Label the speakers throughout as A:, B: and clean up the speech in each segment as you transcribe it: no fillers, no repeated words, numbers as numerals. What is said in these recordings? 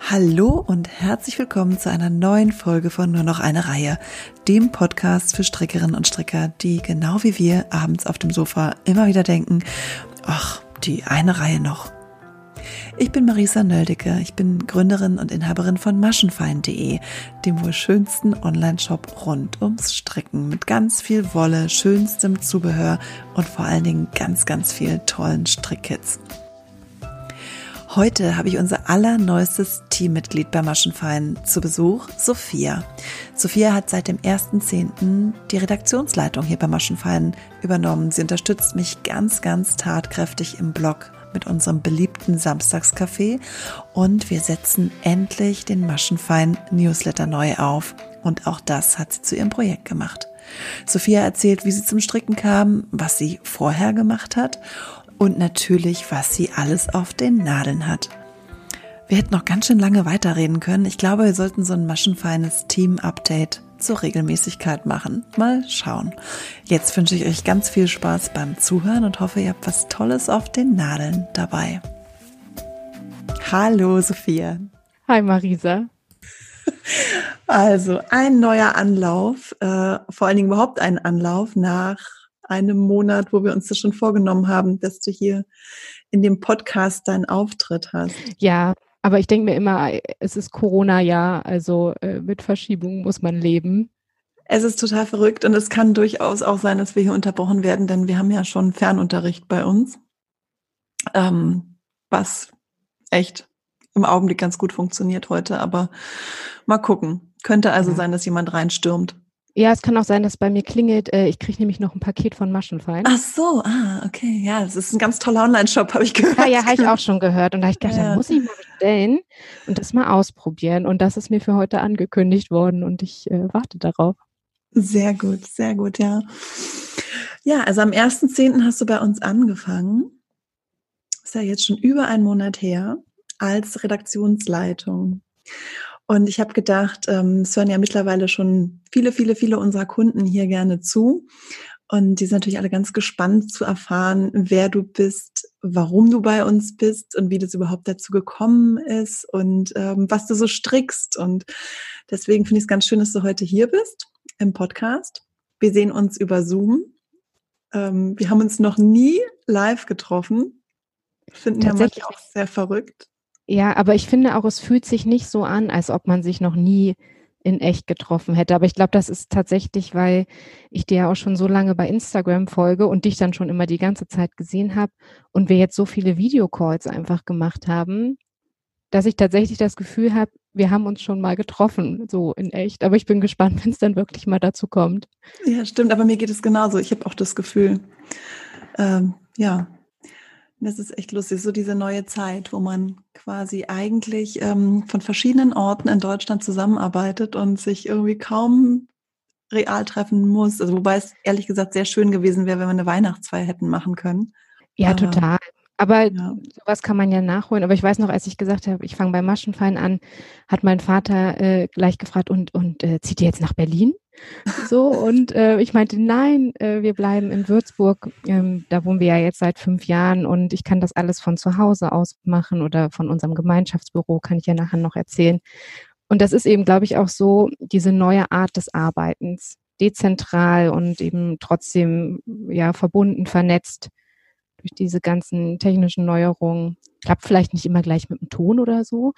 A: Hallo und herzlich willkommen zu einer neuen Folge von Nur noch eine Reihe, dem Podcast für Strickerinnen und Stricker, die genau wie wir abends auf dem Sofa immer wieder denken, ach, die eine Reihe noch. Ich bin Marisa Nöldecke, ich bin Gründerin und Inhaberin von maschenfein.de, dem wohl schönsten Online-Shop rund ums Stricken mit ganz viel Wolle, schönstem Zubehör und vor allen Dingen ganz, ganz viel tollen Strickkits. Heute habe ich unser allerneuestes Teammitglied bei Maschenfein zu Besuch, Sophia. Sophia hat seit dem 1.10. die Redaktionsleitung hier bei Maschenfein übernommen. Sie unterstützt mich ganz, ganz tatkräftig im Blog mit unserem beliebten Samstagscafé und wir setzen endlich den Maschenfein Newsletter neu auf. Und auch das hat sie zu ihrem Projekt gemacht. Sophia erzählt, wie sie zum Stricken kam, was sie vorher gemacht hat und natürlich, was sie alles auf den Nadeln hat. Wir hätten noch ganz schön lange weiterreden können. Ich glaube, wir sollten so ein maschenfeines Team-Update zur Regelmäßigkeit machen. Mal schauen. Jetzt wünsche ich euch ganz viel Spaß beim Zuhören und hoffe, ihr habt was Tolles auf den Nadeln dabei. Hallo, Sophia.
B: Hi, Marisa.
A: Also, ein neuer Anlauf, vor allen Dingen überhaupt ein Anlauf nach einem Monat, wo wir uns das schon vorgenommen haben, dass du hier in dem Podcast deinen Auftritt hast.
B: Ja, aber ich denke mir immer, es ist Corona-Jahr, also mit Verschiebungen muss man leben.
A: Es ist total verrückt und es kann durchaus auch sein, dass wir hier unterbrochen werden, denn wir haben ja schon Fernunterricht bei uns, was echt im Augenblick ganz gut funktioniert heute, aber mal gucken. Könnte also sein, dass jemand reinstürmt.
B: Ja, es kann auch sein, dass bei mir klingelt. Ich kriege nämlich noch ein Paket von Maschenfein.
A: Ach so, okay. Ja, das ist ein ganz toller Online-Shop, habe ich gehört.
B: Ja, habe ich auch schon gehört. Und da habe ich gedacht, da muss ich mal bestellen und das mal ausprobieren. Und das ist mir für heute angekündigt worden und ich warte darauf.
A: Sehr gut, ja. Ja, also am 1.10. hast du bei uns angefangen. Ist ja jetzt schon über einen Monat her als Redaktionsleitung. Und ich habe gedacht, es hören ja mittlerweile schon viele unserer Kunden hier gerne zu. Und die sind natürlich alle ganz gespannt zu erfahren, wer du bist, warum du bei uns bist und wie das überhaupt dazu gekommen ist und was du so strickst. Und deswegen finde ich es ganz schön, dass du heute hier bist im Podcast. Wir sehen uns über Zoom. Wir haben uns noch nie live getroffen. Finden ja manche auch sehr verrückt.
B: Ja, aber ich finde auch, es fühlt sich nicht so an, als ob man sich noch nie in echt getroffen hätte. Aber ich glaube, das ist tatsächlich, weil ich dir ja auch schon so lange bei Instagram folge und dich dann schon immer die ganze Zeit gesehen habe und wir jetzt so viele Videocalls einfach gemacht haben, dass ich tatsächlich das Gefühl habe, wir haben uns schon mal getroffen, so in echt. Aber ich bin gespannt, wenn es dann wirklich mal dazu kommt.
A: Ja, stimmt, aber mir geht es genauso. Ich habe auch das Gefühl, das ist echt lustig, so diese neue Zeit, wo man quasi eigentlich von verschiedenen Orten in Deutschland zusammenarbeitet und sich irgendwie kaum real treffen muss. Also wobei es ehrlich gesagt sehr schön gewesen wäre, wenn wir eine Weihnachtsfeier hätten machen können.
B: Ja, total. Aber sowas kann man ja nachholen. Aber ich weiß noch, als ich gesagt habe, ich fange bei Maschenfein an, hat mein Vater gleich gefragt, und zieht ihr jetzt nach Berlin? So, und ich meinte, nein, wir bleiben in Würzburg. Da wohnen wir ja jetzt seit 5 Jahren und ich kann das alles von zu Hause aus machen oder von unserem Gemeinschaftsbüro, kann ich ja nachher noch erzählen. Und das ist eben, glaube ich, auch so diese neue Art des Arbeitens. Dezentral und eben trotzdem ja verbunden, vernetzt durch diese ganzen technischen Neuerungen. Klappt vielleicht nicht immer gleich mit dem Ton oder so,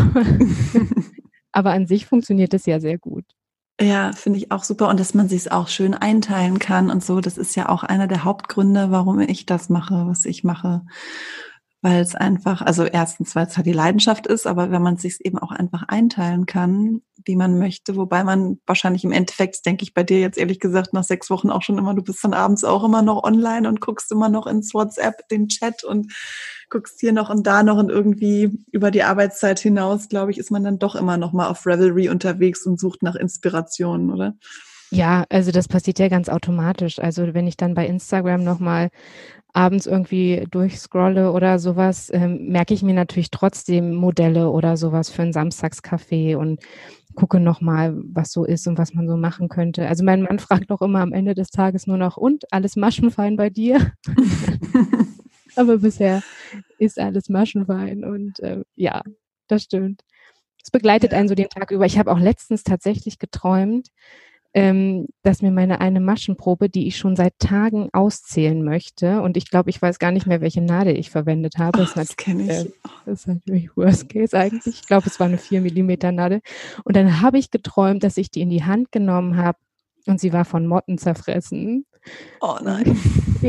B: aber an sich funktioniert es ja sehr gut.
A: Ja, finde ich auch super. Und dass man sich es auch schön einteilen kann und so. Das ist ja auch einer der Hauptgründe, warum ich das mache, was ich mache. Weil es einfach, also erstens, weil es halt die Leidenschaft ist, aber wenn man es sich eben auch einfach einteilen kann, wie man möchte, wobei man wahrscheinlich im Endeffekt, denke ich bei dir jetzt ehrlich gesagt, nach 6 Wochen auch schon immer, du bist dann abends auch immer noch online und guckst immer noch ins WhatsApp den Chat und guckst hier noch und da noch und irgendwie über die Arbeitszeit hinaus, glaube ich, ist man dann doch immer noch mal auf Ravelry unterwegs und sucht nach Inspirationen, oder?
B: Ja, also das passiert ja ganz automatisch. Also wenn ich dann bei Instagram nochmal abends irgendwie durchscrolle oder sowas, merke ich mir natürlich trotzdem Modelle oder sowas für ein Samstagscafé und gucke nochmal, was so ist und was man so machen könnte. Also mein Mann fragt doch immer am Ende des Tages nur noch, und alles maschenfein bei dir? Aber bisher ist alles maschenfein und ja, das stimmt. Es begleitet einen so den Tag über. Ich habe auch letztens tatsächlich geträumt, dass mir meine eine Maschenprobe, die ich schon seit Tagen auszählen möchte, und ich glaube, ich weiß gar nicht mehr, welche Nadel ich verwendet habe.
A: Das kenne ich.
B: Das ist natürlich Worst Case eigentlich. Ich glaube, es war eine 4 Millimeter Nadel. Und dann habe ich geträumt, dass ich die in die Hand genommen habe und sie war von Motten zerfressen.
A: Oh nein.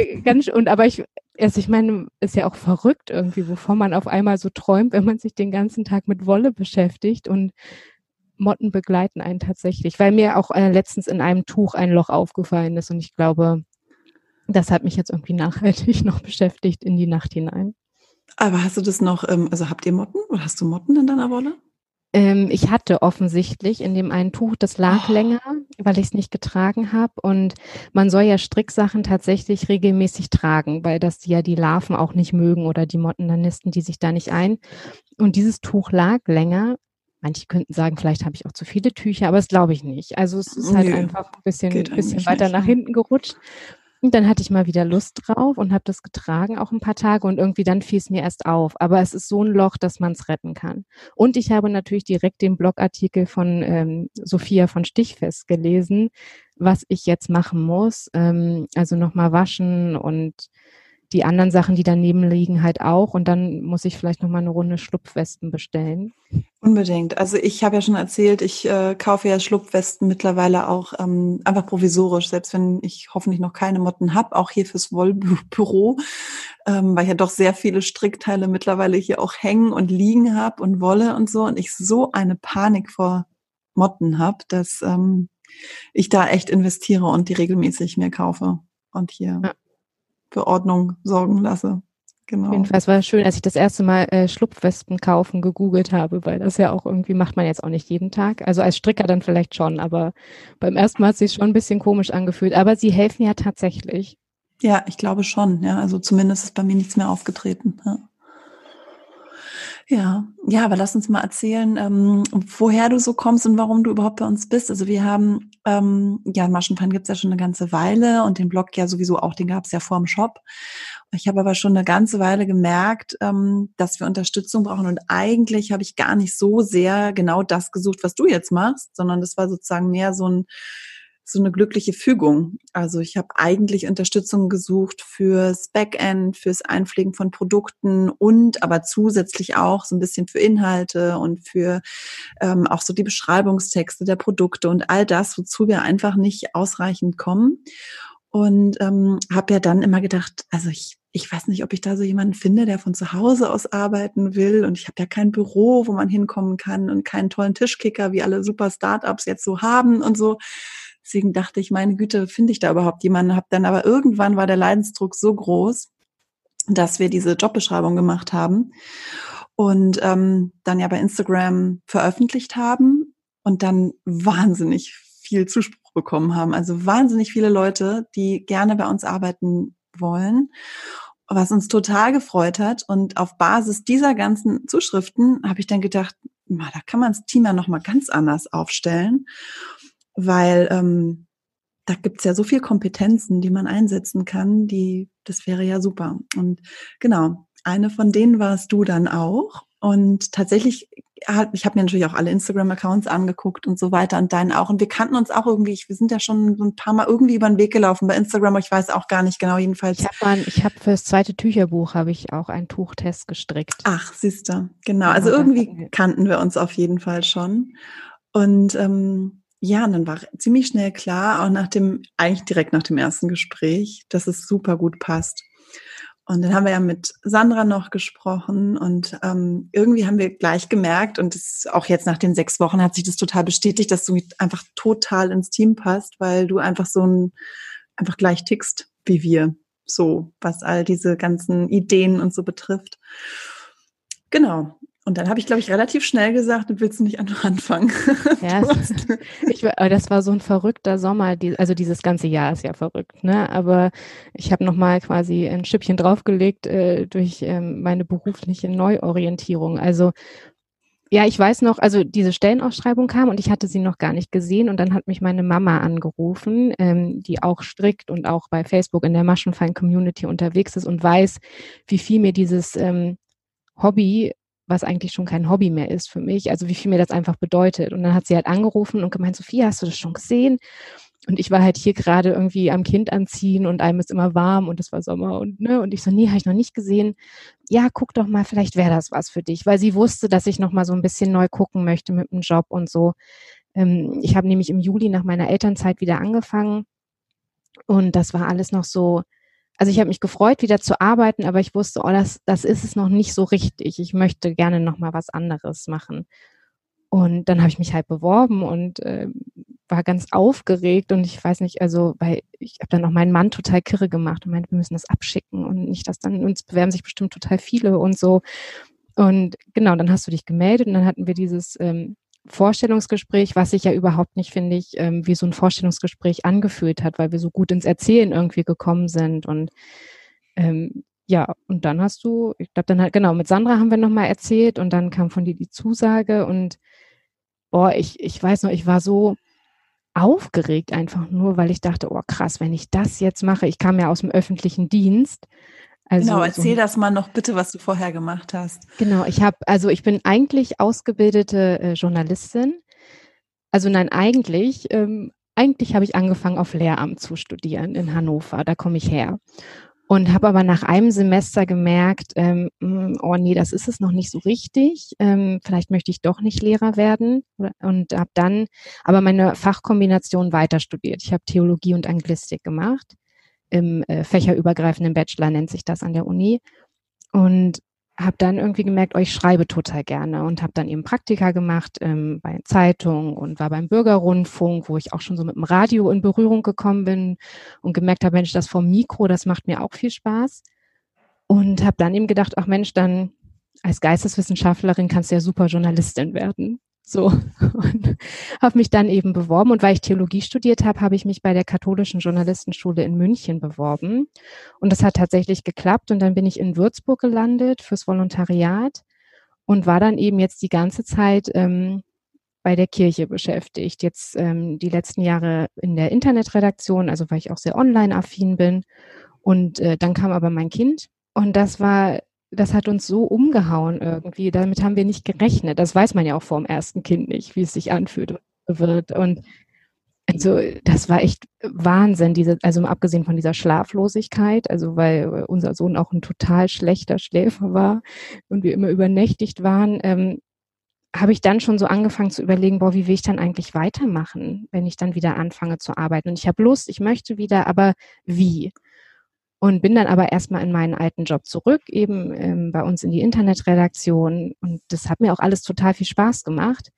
B: Ich meine, ist ja auch verrückt irgendwie, wovon man auf einmal so träumt, wenn man sich den ganzen Tag mit Wolle beschäftigt, und Motten begleiten einen tatsächlich, weil mir auch letztens in einem Tuch ein Loch aufgefallen ist, und ich glaube, das hat mich jetzt irgendwie nachhaltig noch beschäftigt in die Nacht hinein.
A: Aber hast du das noch, also habt ihr Motten oder hast du Motten in deiner Wolle?
B: Ich hatte offensichtlich in dem einen Tuch, das lag länger, weil ich es nicht getragen habe, und man soll ja Stricksachen tatsächlich regelmäßig tragen, weil das ja die Larven auch nicht mögen oder die Motten, dann nisten die sich da nicht ein, und dieses Tuch lag länger. Manche könnten sagen, vielleicht habe ich auch zu viele Tücher, aber das glaube ich nicht. Also es ist halt einfach ein bisschen weiter nach hinten gerutscht. Und dann hatte ich mal wieder Lust drauf und habe das getragen, auch ein paar Tage, und irgendwie dann fiel es mir erst auf. Aber es ist so ein Loch, dass man es retten kann. Und ich habe natürlich direkt den Blogartikel von Sophia von Stichfest gelesen, was ich jetzt machen muss. Also nochmal waschen und die anderen Sachen, die daneben liegen, halt auch. Und dann muss ich vielleicht nochmal eine Runde Schlupfwespen bestellen.
A: Unbedingt. Also ich habe ja schon erzählt, ich kaufe ja Schlupfwesten mittlerweile auch einfach provisorisch, selbst wenn ich hoffentlich noch keine Motten habe, auch hier fürs Wollbüro, weil ich ja doch sehr viele Strickteile mittlerweile hier auch hängen und liegen habe und Wolle und so, und ich so eine Panik vor Motten habe, dass ich da echt investiere und die regelmäßig mir kaufe und hier für Ordnung sorgen lasse. Genau.
B: Auf jeden Fall, es war schön, als ich das erste Mal Schlupfwespen kaufen gegoogelt habe, weil das ja auch irgendwie macht man jetzt auch nicht jeden Tag. Also als Stricker dann vielleicht schon, aber beim ersten Mal hat es sich schon ein bisschen komisch angefühlt. Aber sie helfen ja tatsächlich.
A: Ja, ich glaube schon. Ja, also zumindest ist bei mir nichts mehr aufgetreten. Ja, aber lass uns mal erzählen, woher du so kommst und warum du überhaupt bei uns bist. Also wir haben, Maschenfein gibt's ja schon eine ganze Weile und den Blog ja sowieso auch, den gab's ja vor dem Shop. Ich habe aber schon eine ganze Weile gemerkt, dass wir Unterstützung brauchen, und eigentlich habe ich gar nicht so sehr genau das gesucht, was du jetzt machst, sondern das war sozusagen mehr so eine glückliche Fügung. Also ich habe eigentlich Unterstützung gesucht fürs Backend, fürs Einpflegen von Produkten und aber zusätzlich auch so ein bisschen für Inhalte und für auch so die Beschreibungstexte der Produkte und all das, wozu wir einfach nicht ausreichend kommen. Und habe ja dann immer gedacht, also ich weiß nicht, ob ich da so jemanden finde, der von zu Hause aus arbeiten will, und ich habe ja kein Büro, wo man hinkommen kann, und keinen tollen Tischkicker, wie alle super Startups jetzt so haben und so. Deswegen dachte ich, meine Güte, finde ich da überhaupt jemanden? Hab dann aber irgendwann war der Leidensdruck so groß, dass wir diese Jobbeschreibung gemacht haben und dann ja bei Instagram veröffentlicht haben und dann wahnsinnig viel Zuspruch bekommen haben. Also wahnsinnig viele Leute, die gerne bei uns arbeiten wollen, was uns total gefreut hat. Und auf Basis dieser ganzen Zuschriften habe ich dann gedacht, da kann man das Team ja nochmal ganz anders aufstellen, weil da gibt's ja so viel Kompetenzen, die man einsetzen kann, das wäre ja super. Und genau, eine von denen warst du dann auch. Und tatsächlich, ich habe mir natürlich auch alle Instagram-Accounts angeguckt und so weiter und deinen auch. Und wir kannten uns auch irgendwie, wir sind ja schon so ein paar Mal irgendwie über den Weg gelaufen bei Instagram, aber ich weiß auch gar nicht genau, jedenfalls.
B: Ich habe fürs zweite Tücherbuch habe ich auch einen Tuchtest gestrickt.
A: Ach, siehste, genau. Also irgendwie kannten wir uns auf jeden Fall schon. Und und dann war ziemlich schnell klar, auch eigentlich direkt nach dem ersten Gespräch, dass es super gut passt. Und dann haben wir ja mit Sandra noch gesprochen und irgendwie haben wir gleich gemerkt, und auch jetzt nach den 6 Wochen hat sich das total bestätigt, dass du einfach total ins Team passt, weil du einfach einfach gleich tickst wie wir, so was all diese ganzen Ideen und so betrifft. Genau. Und dann habe ich, glaube ich, relativ schnell gesagt, du willst nicht anfangen.
B: Ja, das war so ein verrückter Sommer. Also dieses ganze Jahr ist ja verrückt, ne? Aber ich habe nochmal quasi ein Schippchen draufgelegt durch meine berufliche Neuorientierung. Also ja, ich weiß noch, also diese Stellenausschreibung kam und ich hatte sie noch gar nicht gesehen, und dann hat mich meine Mama angerufen, die auch strickt und auch bei Facebook in der Maschenfein-Community unterwegs ist und weiß, wie viel mir dieses Hobby was eigentlich schon kein Hobby mehr ist für mich, also wie viel mir das einfach bedeutet. Und dann hat sie halt angerufen und gemeint, Sophia, hast du das schon gesehen? Und ich war halt hier gerade irgendwie am Kind anziehen und einem ist immer warm und es war Sommer und ich so, nee, habe ich noch nicht gesehen. Ja, guck doch mal, vielleicht wäre das was für dich, weil sie wusste, dass ich noch mal so ein bisschen neu gucken möchte mit dem Job und so. Ich habe nämlich im Juli nach meiner Elternzeit wieder angefangen und das war alles noch so, also ich habe mich gefreut, wieder zu arbeiten, aber ich wusste, das ist es noch nicht so richtig. Ich möchte gerne noch mal was anderes machen. Und dann habe ich mich halt beworben und war ganz aufgeregt und ich weiß nicht, also weil ich habe dann auch meinen Mann total kirre gemacht und meinte, wir müssen das abschicken und nicht, dass dann uns bewerben sich bestimmt total viele und so. Und genau, dann hast du dich gemeldet und dann hatten wir dieses Vorstellungsgespräch, was sich ja überhaupt nicht, finde ich, wie so ein Vorstellungsgespräch angefühlt hat, weil wir so gut ins Erzählen irgendwie gekommen sind und ja, und dann hast du, ich glaube dann halt, genau, mit Sandra haben wir nochmal erzählt und dann kam von dir die Zusage und ich weiß noch, ich war so aufgeregt einfach nur, weil ich dachte, oh krass, wenn ich das jetzt mache, ich kam ja aus dem öffentlichen Dienst. Also
A: genau, erzähl das mal noch bitte, was du vorher gemacht hast.
B: Genau, ich bin eigentlich ausgebildete Journalistin. Also nein, eigentlich habe ich angefangen auf Lehramt zu studieren in Hannover, da komme ich her. Und habe aber nach einem Semester gemerkt, oh nee, das ist es noch nicht so richtig. Vielleicht möchte ich doch nicht Lehrer werden. Und habe dann aber meine Fachkombination weiter studiert. Ich habe Theologie und Anglistik gemacht. Im fächerübergreifenden Bachelor nennt sich das an der Uni. Und habe dann irgendwie gemerkt, ich schreibe total gerne und habe dann eben Praktika gemacht bei Zeitungen und war beim Bürgerrundfunk, wo ich auch schon so mit dem Radio in Berührung gekommen bin und gemerkt habe, Mensch, das vom Mikro, das macht mir auch viel Spaß. Und habe dann eben gedacht, ach Mensch, dann als Geisteswissenschaftlerin kannst du ja super Journalistin werden. So, und habe mich dann eben beworben. Und weil ich Theologie studiert habe, habe ich mich bei der Katholischen Journalistenschule in München beworben. Und das hat tatsächlich geklappt. Und dann bin ich in Würzburg gelandet fürs Volontariat und war dann eben jetzt die ganze Zeit bei der Kirche beschäftigt. Jetzt die letzten Jahre in der Internetredaktion, also weil ich auch sehr online-affin bin. Und dann kam aber mein Kind und das hat uns so umgehauen irgendwie. Damit haben wir nicht gerechnet. Das weiß man ja auch vor dem ersten Kind nicht, wie es sich anfühlt wird. Und also das war echt Wahnsinn, also abgesehen von dieser Schlaflosigkeit, also weil unser Sohn auch ein total schlechter Schläfer war und wir immer übernächtigt waren, habe ich dann schon so angefangen zu überlegen, wie will ich dann eigentlich weitermachen, wenn ich dann wieder anfange zu arbeiten. Und ich habe Lust, ich möchte wieder, aber wie? Und bin dann aber erstmal in meinen alten Job zurück, eben bei uns in die Internetredaktion. Und das hat mir auch alles total viel Spaß gemacht.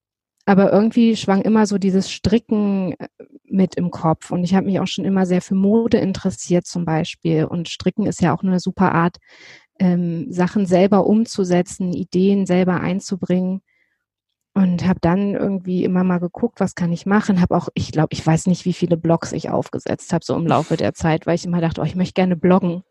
B: Aber irgendwie schwang immer so dieses Stricken mit im Kopf. Und ich habe mich auch schon immer sehr für Mode interessiert zum Beispiel. Und Stricken ist ja auch eine super Art, Sachen selber umzusetzen, Ideen selber einzubringen. Und habe dann irgendwie immer mal geguckt, was kann ich machen. Habe auch, ich glaube, ich weiß nicht, wie viele Blogs ich aufgesetzt habe, so im Laufe der Zeit, weil ich immer dachte, ich möchte gerne bloggen.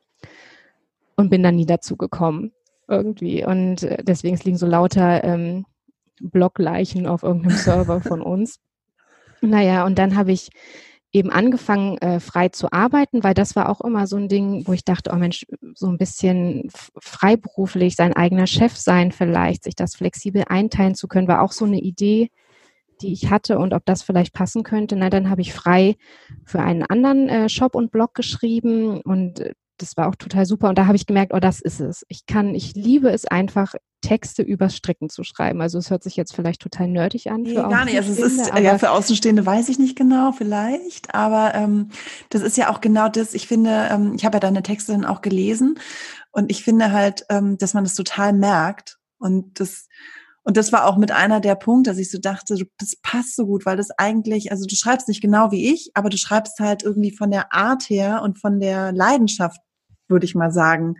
B: Und bin dann nie dazu gekommen irgendwie. Und deswegen es liegen so lauter Blogleichen auf irgendeinem Server von uns. Naja, und dann habe ich eben angefangen, frei zu arbeiten, weil das war auch immer so ein Ding, wo ich dachte, Mensch, so ein bisschen freiberuflich, sein eigener Chef sein vielleicht, sich das flexibel einteilen zu können, war auch so eine Idee, die ich hatte und ob das vielleicht passen könnte. Na, dann habe ich frei für einen anderen Shop und Blog geschrieben und das war auch total super. Und da habe ich gemerkt, das ist es. Ich liebe es einfach, Texte übers Stricken zu schreiben. Also es hört sich jetzt vielleicht total nerdig an.
A: Nee, gar nicht. Also es ist, ja, für Außenstehende weiß ich nicht genau, vielleicht. Aber das ist ja auch genau das. Ich finde, ich habe ja deine Texte dann auch gelesen. Und ich finde halt, dass man das total merkt. Und das war auch mit einer der Punkte, dass ich so dachte, das passt so gut, weil das eigentlich, also du schreibst nicht genau wie ich, aber du schreibst halt irgendwie von der Art her und von der Leidenschaft, würde ich mal sagen,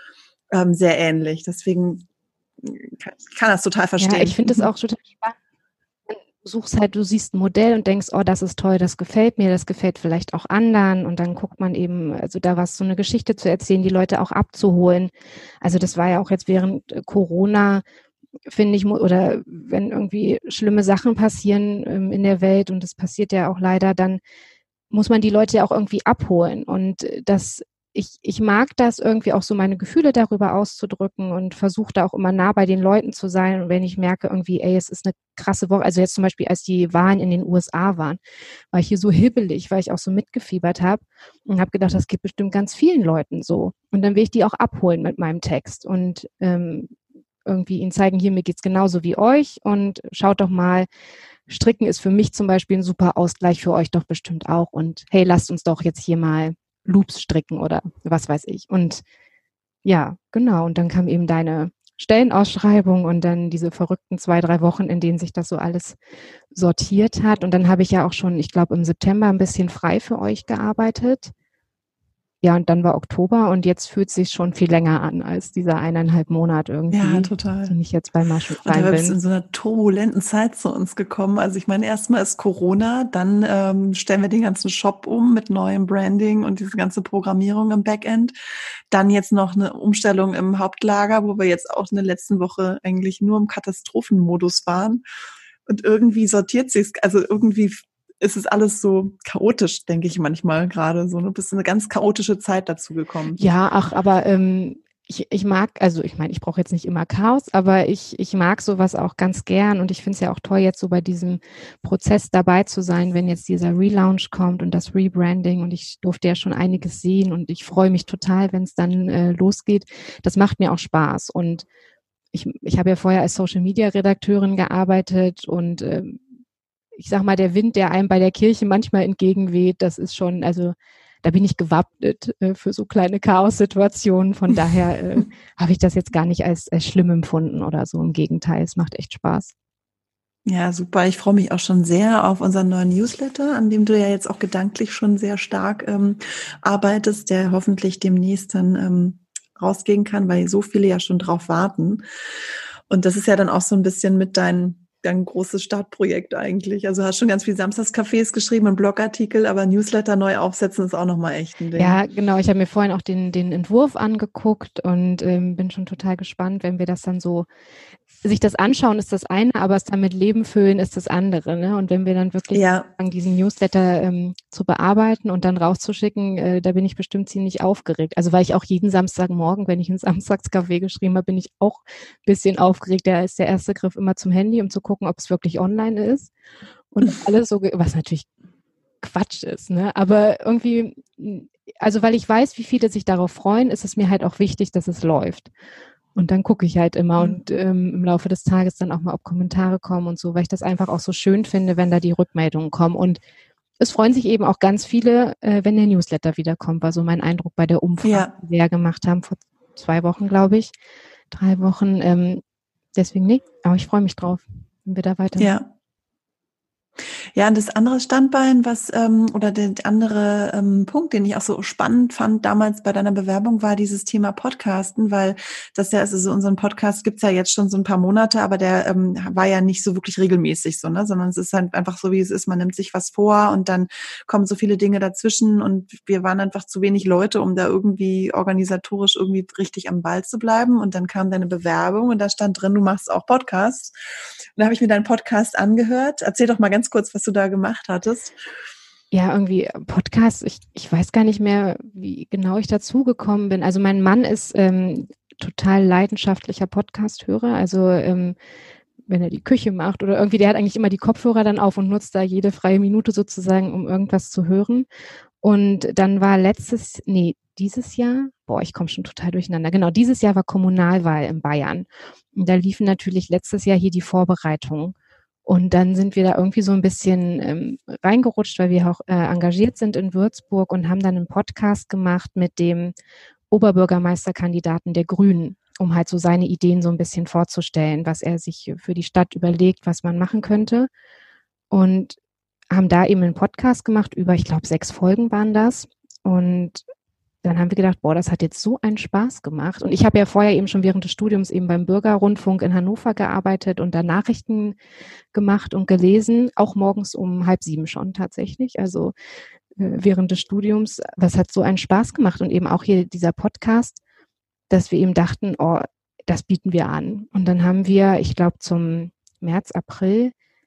A: sehr ähnlich. Deswegen kann das total verstehen.
B: Ja, ich finde das auch total spannend. Du siehst ein Modell und denkst, das ist toll, das gefällt mir, das gefällt vielleicht auch anderen und dann guckt man eben, also da was so eine Geschichte zu erzählen, die Leute auch abzuholen. Also das war ja auch jetzt während Corona, finde ich, oder wenn irgendwie schlimme Sachen passieren in der Welt und das passiert ja auch leider, dann muss man die Leute ja auch irgendwie abholen und das ich mag das irgendwie auch so, meine Gefühle darüber auszudrücken und versuche da auch immer nah bei den Leuten zu sein. Und wenn ich merke irgendwie, ey, es ist eine krasse Woche, also jetzt zum Beispiel, als die Wahlen in den USA waren, war ich hier so hibbelig, weil ich auch so mitgefiebert habe und habe gedacht, das geht bestimmt ganz vielen Leuten so. Und dann will ich die auch abholen mit meinem Text und irgendwie ihnen zeigen, hier, mir geht's genauso wie euch und schaut doch mal, Stricken ist für mich zum Beispiel ein super Ausgleich, für euch doch bestimmt auch. Und hey, lasst uns doch jetzt hier mal Loops stricken oder was weiß ich. Und ja, genau. Und dann kam eben deine Stellenausschreibung und dann diese verrückten 2-3 Wochen, in denen sich das so alles sortiert hat. Und dann habe ich ja auch schon, ich glaube, im September ein bisschen frei für euch gearbeitet. Ja, und dann war Oktober und jetzt fühlt es sich schon viel länger an als dieser 1,5 Monat irgendwie,
A: Ja, total.
B: den ich jetzt bei Maschenfein
A: Und da
B: bin.
A: bist du in so einer turbulenten Zeit zu uns gekommen. Also ich meine, erstmal ist Corona, dann stellen wir den ganzen Shop um mit neuem Branding und diese ganze Programmierung im Backend. Dann jetzt noch eine Umstellung im Hauptlager, wo wir jetzt auch in der letzten Woche eigentlich nur im Katastrophenmodus waren. Und irgendwie sortiert sich's, also irgendwie ist es alles so chaotisch, denke ich manchmal gerade so. Du bist in eine ganz chaotische Zeit dazu gekommen.
B: Ja, ach, aber ich mag, also ich meine, ich brauche jetzt nicht immer Chaos, aber ich mag sowas auch ganz gern und ich finde es ja auch toll, jetzt so bei diesem Prozess dabei zu sein, wenn jetzt dieser Relaunch kommt und das Rebranding und ich durfte ja schon einiges sehen und ich freue mich total, wenn es dann losgeht. Das macht mir auch Spaß und ich habe ja vorher als Social-Media-Redakteurin gearbeitet und ich sag mal, der Wind, der einem bei der Kirche manchmal entgegenweht, das ist schon, also da bin ich gewappnet für so kleine Chaos-Situationen. Von daher habe ich das jetzt gar nicht als schlimm empfunden oder so. Im Gegenteil, es macht echt Spaß.
A: Ja, super. Ich freue mich auch schon sehr auf unseren neuen Newsletter, an dem du ja jetzt auch gedanklich schon sehr stark arbeitest, der hoffentlich demnächst dann rausgehen kann, weil so viele ja schon drauf warten. Und das ist ja dann auch so ein bisschen mit dein großes Startprojekt eigentlich. Also hast schon ganz viel Samstagscafés geschrieben und Blogartikel, aber Newsletter neu aufsetzen ist auch nochmal echt ein Ding.
B: Ja, genau. Ich habe mir vorhin auch den Entwurf angeguckt und bin schon total gespannt, wenn wir das dann so sich das anschauen, ist das eine, aber es dann mit Leben füllen ist das andere. Ne? Und wenn wir dann wirklich anfangen, diesen Newsletter zu bearbeiten und dann rauszuschicken, da bin ich bestimmt ziemlich aufgeregt. Also weil ich auch jeden Samstagmorgen, wenn ich ein Samstagscafé geschrieben habe, bin ich auch ein bisschen aufgeregt. Da ist der erste Griff immer zum Handy, um zu gucken, ob es wirklich online ist. Und alles so, was natürlich Quatsch ist. Ne? Aber irgendwie, also weil ich weiß, wie viele sich darauf freuen, ist es mir halt auch wichtig, dass es läuft. Und dann gucke ich halt immer und im Laufe des Tages dann auch mal, ob Kommentare kommen und so, weil ich das einfach auch so schön finde, wenn da die Rückmeldungen kommen. Und es freuen sich eben auch ganz viele, wenn der Newsletter wiederkommt, war so mein Eindruck bei der Umfrage, die wir ja gemacht haben vor 2 Wochen, glaube ich, 3 Wochen. Deswegen nicht, aber ich freue mich drauf, wenn wir da weitermachen.
A: Ja. Ja, und das andere Standbein, oder der andere Punkt, den ich auch so spannend fand damals bei deiner Bewerbung, war dieses Thema Podcasten, weil das ja, also so unseren Podcast gibt's ja jetzt schon so ein paar Monate, aber der war ja nicht so wirklich regelmäßig so, ne, sondern es ist halt einfach so, wie es ist, man nimmt sich was vor und dann kommen so viele Dinge dazwischen und wir waren einfach zu wenig Leute, um da irgendwie organisatorisch irgendwie richtig am Ball zu bleiben und dann kam deine Bewerbung und da stand drin, du machst auch Podcasts. Und da habe ich mir deinen Podcast angehört. Erzähl doch mal ganz kurz, was du da gemacht hattest.
B: Ja, irgendwie Podcast, ich weiß gar nicht mehr, wie genau ich dazu gekommen bin. Also mein Mann ist total leidenschaftlicher Podcast-Hörer. Also wenn er die Küche macht oder irgendwie, der hat eigentlich immer die Kopfhörer dann auf und nutzt da jede freie Minute sozusagen, um irgendwas zu hören. Und dann war dieses Jahr, ich komme schon total durcheinander. Genau, dieses Jahr war Kommunalwahl in Bayern. Und da liefen natürlich letztes Jahr hier die Vorbereitungen. Und dann sind wir da irgendwie so ein bisschen reingerutscht, weil wir auch engagiert sind in Würzburg und haben dann einen Podcast gemacht mit dem Oberbürgermeisterkandidaten der Grünen, um halt so seine Ideen so ein bisschen vorzustellen, was er sich für die Stadt überlegt, was man machen könnte. Und haben da eben einen Podcast gemacht über, ich glaube, 6 Folgen waren das. Und dann haben wir gedacht, das hat jetzt so einen Spaß gemacht. Und ich habe ja vorher eben schon während des Studiums eben beim Bürgerrundfunk in Hannover gearbeitet und da Nachrichten gemacht und gelesen, auch morgens um 6:30 schon tatsächlich, also während des Studiums. Das hat so einen Spaß gemacht und eben auch hier dieser Podcast, dass wir eben dachten, das bieten wir an. Und dann haben wir, ich glaube, zum März, April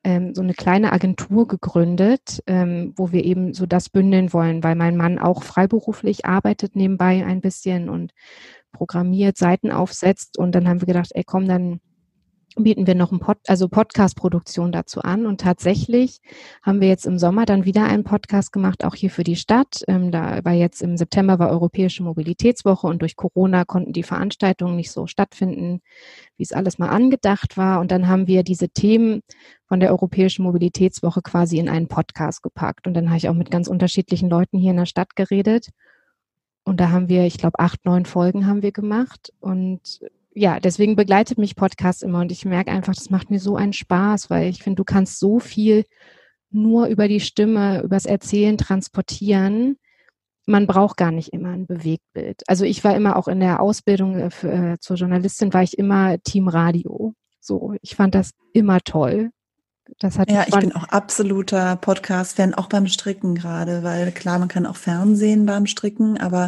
B: so eine kleine Agentur gegründet, wo wir eben so das bündeln wollen, weil mein Mann auch freiberuflich arbeitet nebenbei ein bisschen und programmiert, Seiten aufsetzt. Und dann haben wir gedacht, ey komm, dann bieten wir noch Podcast-Produktion dazu an. Und tatsächlich haben wir jetzt im Sommer dann wieder einen Podcast gemacht, auch hier für die Stadt. Da war jetzt im September war Europäische Mobilitätswoche und durch Corona konnten die Veranstaltungen nicht so stattfinden, wie es alles mal angedacht war. Und dann haben wir diese Themen von der Europäischen Mobilitätswoche quasi in einen Podcast gepackt. Und dann habe ich auch mit ganz unterschiedlichen Leuten hier in der Stadt geredet. Und da haben wir, ich glaube, 8, 9 Folgen haben wir gemacht. Und ja, deswegen begleitet mich Podcast immer und ich merke einfach, das macht mir so einen Spaß, weil ich finde, du kannst so viel nur über die Stimme, übers Erzählen transportieren. Man braucht gar nicht immer ein Bewegtbild. Also ich war immer auch in der Ausbildung zur Journalistin, war ich immer Team Radio. So, ich fand das immer toll. Das hat
A: ich bin auch absoluter Podcast-Fan, auch beim Stricken gerade, weil klar, man kann auch Fernsehen beim Stricken, aber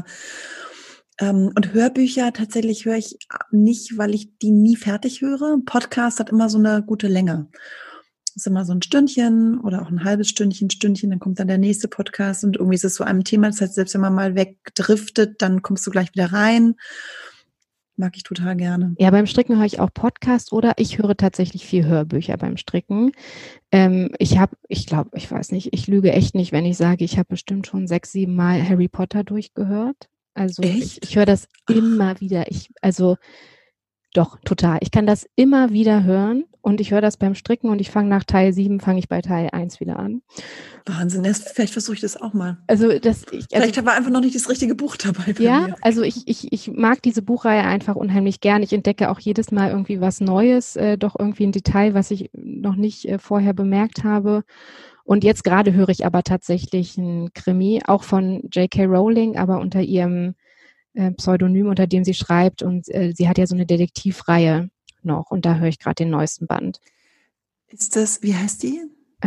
A: und Hörbücher tatsächlich höre ich nicht, weil ich die nie fertig höre. Podcast hat immer so eine gute Länge. Das ist immer so ein Stündchen oder auch ein halbes Stündchen, dann kommt dann der nächste Podcast und irgendwie ist es so einem Thema. Das heißt, selbst wenn man mal wegdriftet, dann kommst du gleich wieder rein. Mag ich total gerne.
B: Ja, beim Stricken höre ich auch Podcast oder ich höre tatsächlich viel Hörbücher beim Stricken. Ich weiß nicht, ich lüge echt nicht, wenn ich sage, ich habe bestimmt schon 6, 7 Mal Harry Potter durchgehört. Also ich höre das immer wieder. Doch, total. Ich kann das immer wieder hören und ich höre das beim Stricken und ich fange nach Teil 7, fange ich bei Teil 1 wieder an.
A: Wahnsinn, vielleicht versuche ich das auch mal.
B: Vielleicht
A: war einfach noch nicht das richtige Buch dabei bei
B: mir.
A: Ja,
B: also ich mag diese Buchreihe einfach unheimlich gern. Ich entdecke auch jedes Mal irgendwie was Neues, doch irgendwie ein Detail, was ich noch nicht vorher bemerkt habe. Und jetzt gerade höre ich aber tatsächlich ein Krimi, auch von J.K. Rowling, aber unter ihrem Pseudonym, unter dem sie schreibt. Und sie hat ja so eine Detektivreihe noch. Und da höre ich gerade den neuesten Band.
A: Ist das, wie heißt die?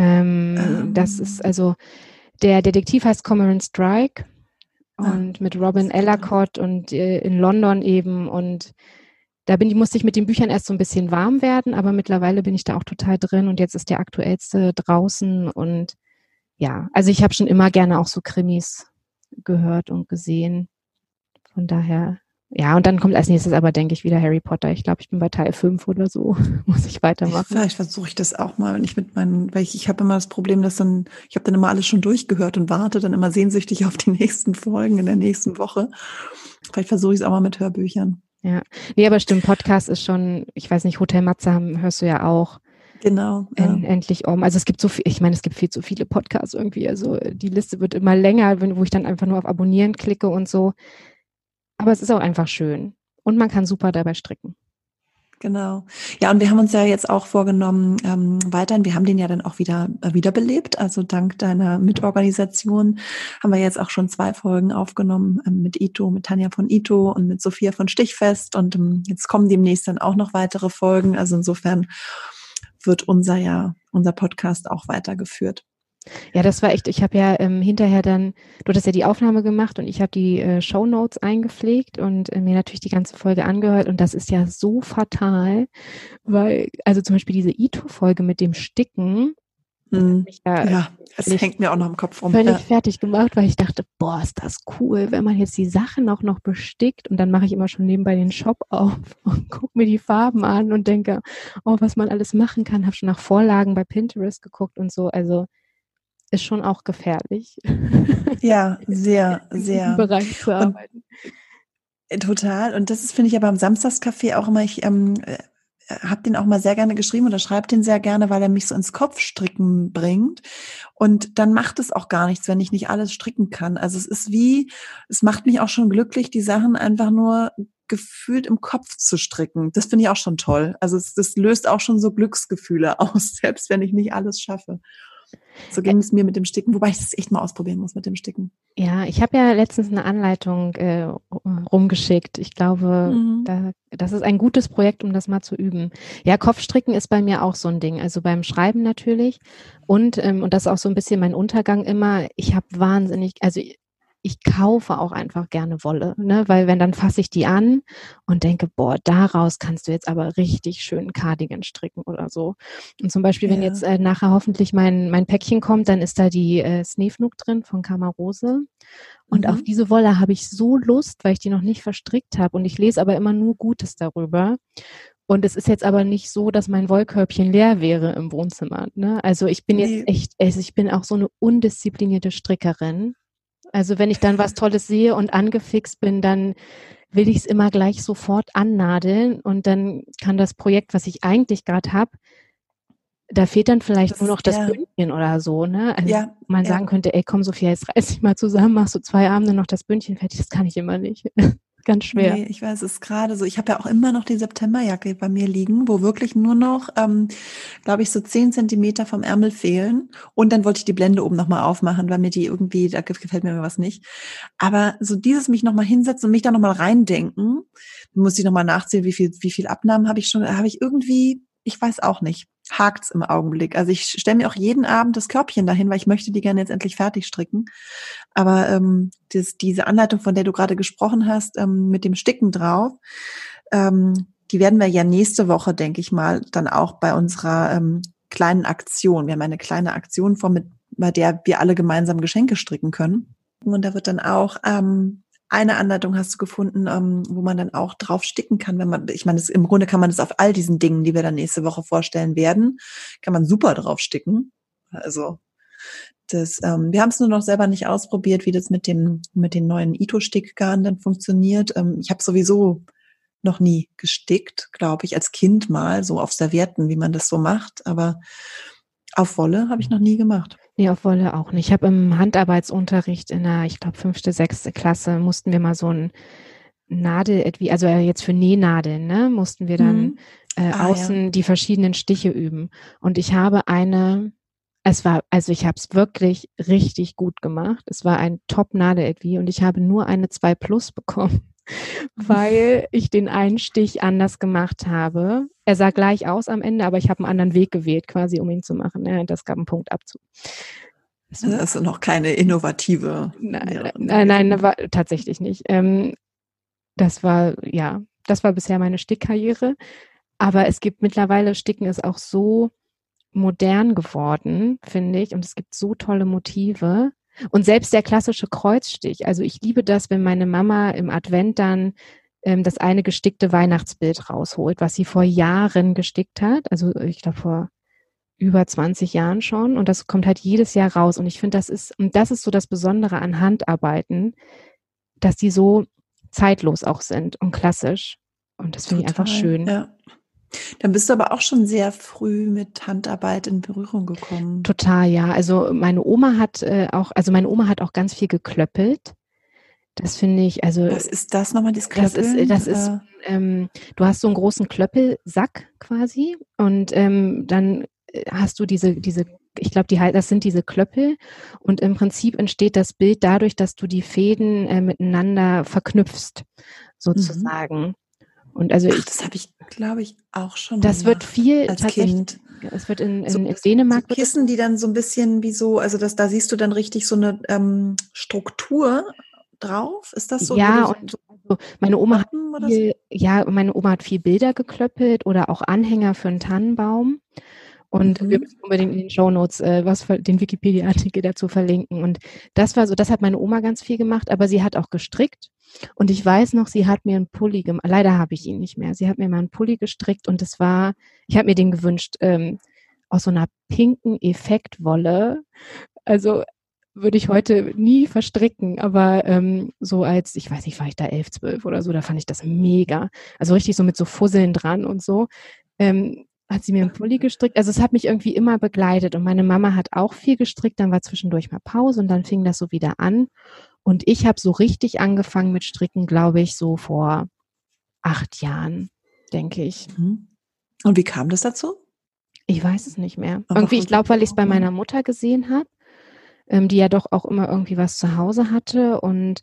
B: Das ist also, der Detektiv heißt Cormoran Strike und mit Robin Ellacott und in London eben. Und da musste ich mit den Büchern erst so ein bisschen warm werden, aber mittlerweile bin ich da auch total drin und jetzt ist der aktuellste draußen. Und ja, also ich habe schon immer gerne auch so Krimis gehört und gesehen. Von daher, ja, und dann kommt als nächstes aber, denke ich, wieder Harry Potter. Ich glaube, ich bin bei Teil 5 oder so, muss ich weitermachen.
A: Vielleicht versuche ich das auch mal, wenn ich weil ich habe immer das Problem, ich habe dann immer alles schon durchgehört und warte dann immer sehnsüchtig auf die nächsten Folgen in der nächsten Woche. Vielleicht versuche ich es auch mal mit Hörbüchern.
B: Ja, nee, aber stimmt, Podcast ist schon, ich weiß nicht, Hotel Matze hörst du ja auch.
A: Genau.
B: Endlich um. Also es gibt so viel, ich meine, es gibt viel zu viele Podcasts irgendwie. Also die Liste wird immer länger, wo ich dann einfach nur auf Abonnieren klicke und so. Aber es ist auch einfach schön. Und man kann super dabei stricken.
A: Genau. Ja, und wir haben uns ja jetzt auch vorgenommen, weiterhin, wir haben den ja dann auch wiederbelebt. Also dank deiner Mitorganisation haben wir jetzt auch schon 2 Folgen aufgenommen mit Tanja von Ito und mit Sophia von Stichfest. Und jetzt kommen demnächst dann auch noch weitere Folgen. Also insofern wird unser Podcast auch weitergeführt.
B: Ja, das war echt, ich habe ja hinterher dann, du hattest ja die Aufnahme gemacht und ich habe die Shownotes eingepflegt und mir natürlich die ganze Folge angehört und das ist ja so fatal, weil, also zum Beispiel diese Ito-Folge mit dem Sticken,
A: das hängt mir auch noch im Kopf rum.
B: Völlig fertig gemacht, weil ich dachte, boah, ist das cool, wenn man jetzt die Sachen auch noch bestickt und dann mache ich immer schon nebenbei den Shop auf und gucke mir die Farben an und denke, oh, was man alles machen kann, habe schon nach Vorlagen bei Pinterest geguckt und so, also ist schon auch gefährlich.
A: Ja, sehr, sehr.
B: In diesem Bereich zu arbeiten.
A: Total. Und das ist, finde ich, aber am Samstagscafé auch immer, ich habe den auch mal sehr gerne geschrieben oder schreibe den sehr gerne, weil er mich so ins Kopfstricken bringt. Und dann macht es auch gar nichts, wenn ich nicht alles stricken kann. Also es macht mich auch schon glücklich, die Sachen einfach nur gefühlt im Kopf zu stricken. Das finde ich auch schon toll. Also das löst auch schon so Glücksgefühle aus, selbst wenn ich nicht alles schaffe. So ging es mir mit dem Sticken, wobei ich das echt mal ausprobieren muss mit dem Sticken.
B: Ja, ich habe ja letztens eine Anleitung rumgeschickt. Ich glaube, das ist ein gutes Projekt, um das mal zu üben. Ja, Kopfstricken ist bei mir auch so ein Ding. Also beim Schreiben natürlich. Und das ist auch so ein bisschen mein Untergang immer. Ich habe ich kaufe auch einfach gerne Wolle, ne? Weil dann fasse ich die an und denke, boah, daraus kannst du jetzt aber richtig schön Cardigan stricken oder so. Und zum Beispiel, wenn jetzt nachher hoffentlich mein Päckchen kommt, dann ist da die Sneefnug drin von Kamarose. Und auf diese Wolle habe ich so Lust, weil ich die noch nicht verstrickt habe. Und ich lese aber immer nur Gutes darüber. Und es ist jetzt aber nicht so, dass mein Wollkörbchen leer wäre im Wohnzimmer. Ne? Also ich bin jetzt echt, ich bin auch so eine undisziplinierte Strickerin. Also wenn ich dann was Tolles sehe und angefixt bin, dann will ich es immer gleich sofort annadeln. Und dann kann das Projekt, was ich eigentlich gerade habe, da fehlt dann vielleicht nur noch das Bündchen oder so, ne? Also man sagen könnte, ey, komm Sophia, jetzt reiß dich mal zusammen, machst du 2 Abende noch das Bündchen fertig. Das kann ich immer nicht. Ganz schwer.
A: Nee, ich weiß, es ist gerade so. Ich habe ja auch immer noch die Septemberjacke bei mir liegen, wo wirklich nur noch, glaube ich, so 10 Zentimeter vom Ärmel fehlen. Und dann wollte ich die Blende oben nochmal aufmachen, weil mir die irgendwie, da gefällt mir was nicht. Aber so dieses mich nochmal hinsetzen und mich da nochmal reindenken, muss ich nochmal nachzählen, wie viel Abnahmen habe ich irgendwie, ich weiß auch nicht, hakt's im Augenblick. Also ich stelle mir auch jeden Abend das Körbchen dahin, weil ich möchte die gerne jetzt endlich fertig stricken. Aber diese Anleitung, von der du gerade gesprochen hast, mit dem Sticken drauf, die werden wir ja nächste Woche, denke ich mal, dann auch bei unserer kleinen Aktion. Wir haben eine kleine Aktion vor, bei der wir alle gemeinsam Geschenke stricken können. Und da wird dann auch eine Anleitung hast du gefunden, wo man dann auch drauf sticken kann, im Grunde kann man das auf all diesen Dingen, die wir dann nächste Woche vorstellen werden, kann man super drauf sticken. Also wir haben es nur noch selber nicht ausprobiert, wie das mit den neuen Ito-Stickgarn dann funktioniert. Ich habe sowieso noch nie gestickt, glaube ich, als Kind mal, so auf Servietten, wie man das so macht. Aber auf Wolle habe ich noch nie gemacht.
B: Nee, auf Wolle auch nicht. Ich habe im Handarbeitsunterricht in der, ich glaube, 5., 6. Klasse mussten wir mal so ein also jetzt für Nähnadeln, ne, mussten wir dann außen die verschiedenen Stiche üben. Und ich habe ich habe es wirklich richtig gut gemacht. Es war ein Top-Nadel-Etui und ich habe nur eine 2+ bekommen, weil ich den einen Stich anders gemacht habe. Er sah gleich aus am Ende, aber ich habe einen anderen Weg gewählt, quasi, um ihn zu machen. Ja, das gab einen Punktabzug.
A: Das ist noch keine innovative.
B: Nein, war tatsächlich nicht. Das war bisher meine Stickkarriere. Aber es gibt mittlerweile, Sticken ist auch so modern geworden, finde ich. Und es gibt so tolle Motive. Und selbst der klassische Kreuzstich. Also ich liebe das, wenn meine Mama im Advent dann das eine gestickte Weihnachtsbild rausholt, was sie vor Jahren gestickt hat. Also ich glaube vor über 20 Jahren schon. Und das kommt halt jedes Jahr raus. Und ich finde, das ist so das Besondere an Handarbeiten, dass die so zeitlos auch sind und klassisch. Und das finde ich einfach schön.
A: Ja. Dann bist du aber auch schon sehr früh mit Handarbeit in Berührung gekommen.
B: Total, ja. Also meine Oma hat auch ganz viel geklöppelt. Das finde ich, also.
A: Was ist das nochmal, das Klöppeln?
B: Du hast so einen großen Klöppelsack quasi und dann hast du diese, ich glaube, das sind diese Klöppel und im Prinzip entsteht das Bild dadurch, dass du die Fäden miteinander verknüpfst, sozusagen. Und also
A: das habe ich, glaube ich, auch schon
B: das wird viel
A: als Kind.
B: Es wird in Dänemark.
A: So Kissen, die dann so ein bisschen wie so, also da siehst du dann richtig so eine Struktur drauf. Ist das so?
B: Ja, und also meine Oma hat viel Bilder geklöppelt oder auch Anhänger für einen Tannenbaum. Und wir müssen unbedingt in den Shownotes den Wikipedia-Artikel dazu verlinken. Und das hat meine Oma ganz viel gemacht, aber sie hat auch gestrickt. Und ich weiß noch, sie hat mir einen Pulli gemacht. Leider habe ich ihn nicht mehr. Sie hat mir mal einen Pulli gestrickt und ich habe mir den gewünscht, aus so einer pinken Effektwolle. Also würde ich heute nie verstricken, aber so als, ich weiß nicht, war ich da 11, 12 oder so, da fand ich das mega. Also richtig so mit so Fusseln dran und so. Hat sie mir einen Pulli gestrickt. Also es hat mich irgendwie immer begleitet und meine Mama hat auch viel gestrickt, dann war zwischendurch mal Pause und dann fing das so wieder an. Und ich habe so richtig angefangen mit Stricken, glaube ich, so vor 8 Jahren, denke ich.
A: Und wie kam das dazu?
B: Ich weiß es nicht mehr. Ich glaube, weil ich es bei meiner Mutter gesehen habe, die ja doch auch immer irgendwie was zu Hause hatte und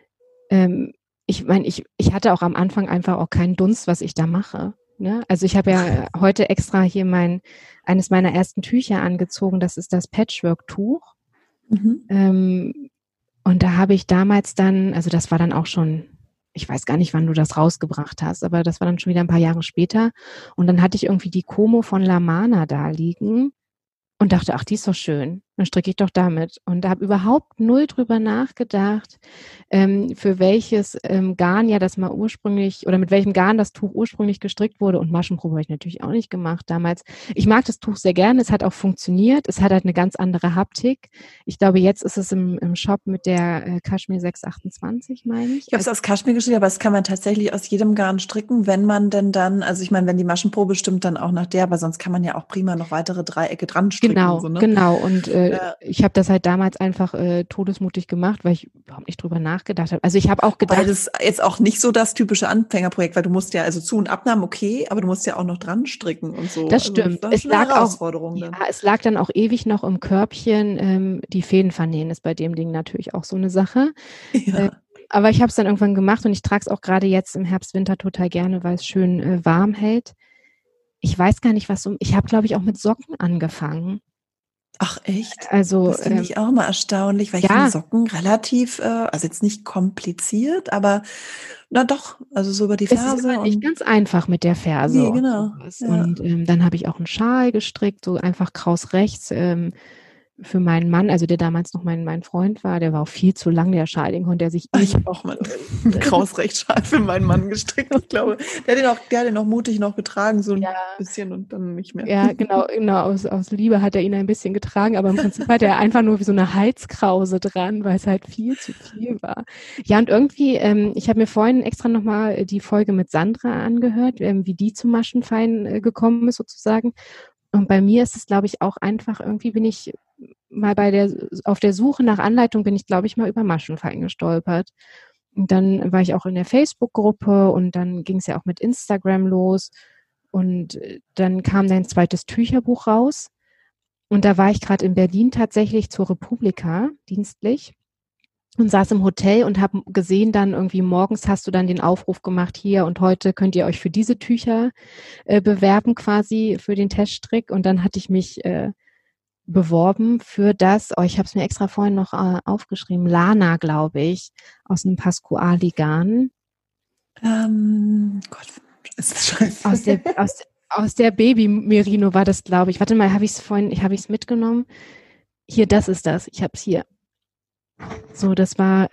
B: ich meine, ich hatte auch am Anfang einfach auch keinen Dunst, was ich da mache. Ne? Also ich habe ja heute extra hier eines meiner ersten Tücher angezogen, das ist das Patchwork-Tuch. Und da habe ich damals dann, also das war dann auch schon, ich weiß gar nicht, wann du das rausgebracht hast, aber das war dann schon wieder ein paar Jahre später. Und dann hatte ich irgendwie die Como von La Mana da liegen und dachte, ach, die ist doch schön. Dann stricke ich doch damit. Und habe überhaupt null drüber nachgedacht, für welches Garn ja das mal ursprünglich oder mit welchem Garn das Tuch ursprünglich gestrickt wurde. Und Maschenprobe habe ich natürlich auch nicht gemacht damals. Ich mag das Tuch sehr gerne. Es hat auch funktioniert. Es hat halt eine ganz andere Haptik. Ich glaube, jetzt ist es im Shop mit der Kaschmir 628, meine ich.
A: Ich habe es aus Kaschmir gestrickt, aber das kann man tatsächlich aus jedem Garn stricken, wenn man denn dann, also ich meine, wenn die Maschenprobe stimmt, dann auch nach der, aber sonst kann man ja auch prima noch weitere Dreiecke dran stricken.
B: Genau,
A: so, ne?
B: Genau. Und ich habe das halt damals einfach todesmutig gemacht, weil ich überhaupt nicht drüber nachgedacht habe. Also ich habe auch gedacht.
A: Weil das jetzt auch nicht so das typische Anfängerprojekt, weil du musst ja, also Zu- und Abnahmen okay, aber du musst ja auch noch dran stricken und so.
B: Das stimmt.
A: Also, das war eine Herausforderung dann.
B: Ja, es lag dann auch ewig noch im Körbchen. Die Fäden vernähen ist bei dem Ding natürlich auch so eine Sache.
A: Ja.
B: Aber ich habe es dann irgendwann gemacht und ich trage es auch gerade jetzt im Herbst, Winter total gerne, weil es schön warm hält. Ich weiß gar nicht, ich habe, glaube ich, auch mit Socken angefangen.
A: Ach echt?
B: Also,
A: das finde ich auch mal erstaunlich, weil ich finde Socken relativ, also jetzt nicht kompliziert, aber na doch, also so über die Ferse.
B: Es ist nicht ganz einfach mit der Ferse.
A: Nee, genau.
B: Und dann habe ich auch einen Schal gestrickt, so einfach kraus rechts für meinen Mann, also der damals noch mein Freund war, der war auch viel zu lang, der Schal, den konnte er sich
A: Ich habe auch mal einen Krausrechtschal für meinen Mann gestrickt, ich glaube. Der hat den auch mutig noch getragen, so ein bisschen und dann nicht mehr.
B: Ja, genau, aus Liebe hat er ihn ein bisschen getragen, aber im Prinzip hatte er einfach nur wie so eine Halskrause dran, weil es halt viel zu viel war. Ja, und irgendwie, ich habe mir vorhin extra nochmal die Folge mit Sandra angehört, wie die zum Maschenfein gekommen ist sozusagen. Und bei mir ist es, glaube ich, auch einfach, irgendwie bin ich mal auf der Suche nach Anleitung bin ich, glaube ich, mal über Maschenfein gestolpert. Und dann war ich auch in der Facebook-Gruppe und dann ging es ja auch mit Instagram los. Und dann kam dein zweites Tücherbuch raus. Und da war ich gerade in Berlin tatsächlich zur Republika dienstlich und saß im Hotel und habe gesehen, dann irgendwie morgens hast du dann den Aufruf gemacht, hier und heute könnt ihr euch für diese Tücher bewerben quasi für den Teststrick. Und dann hatte ich mich beworben für das, ich habe es mir extra vorhin noch aufgeschrieben, Lana, glaube ich, aus einem Pasquali-Garn.
A: Gott, ist das scheiße.
B: Aus der Baby-Merino war das, glaube ich. Warte mal, habe ich es mitgenommen? Hier, das ist das. Ich habe es hier. So, das war.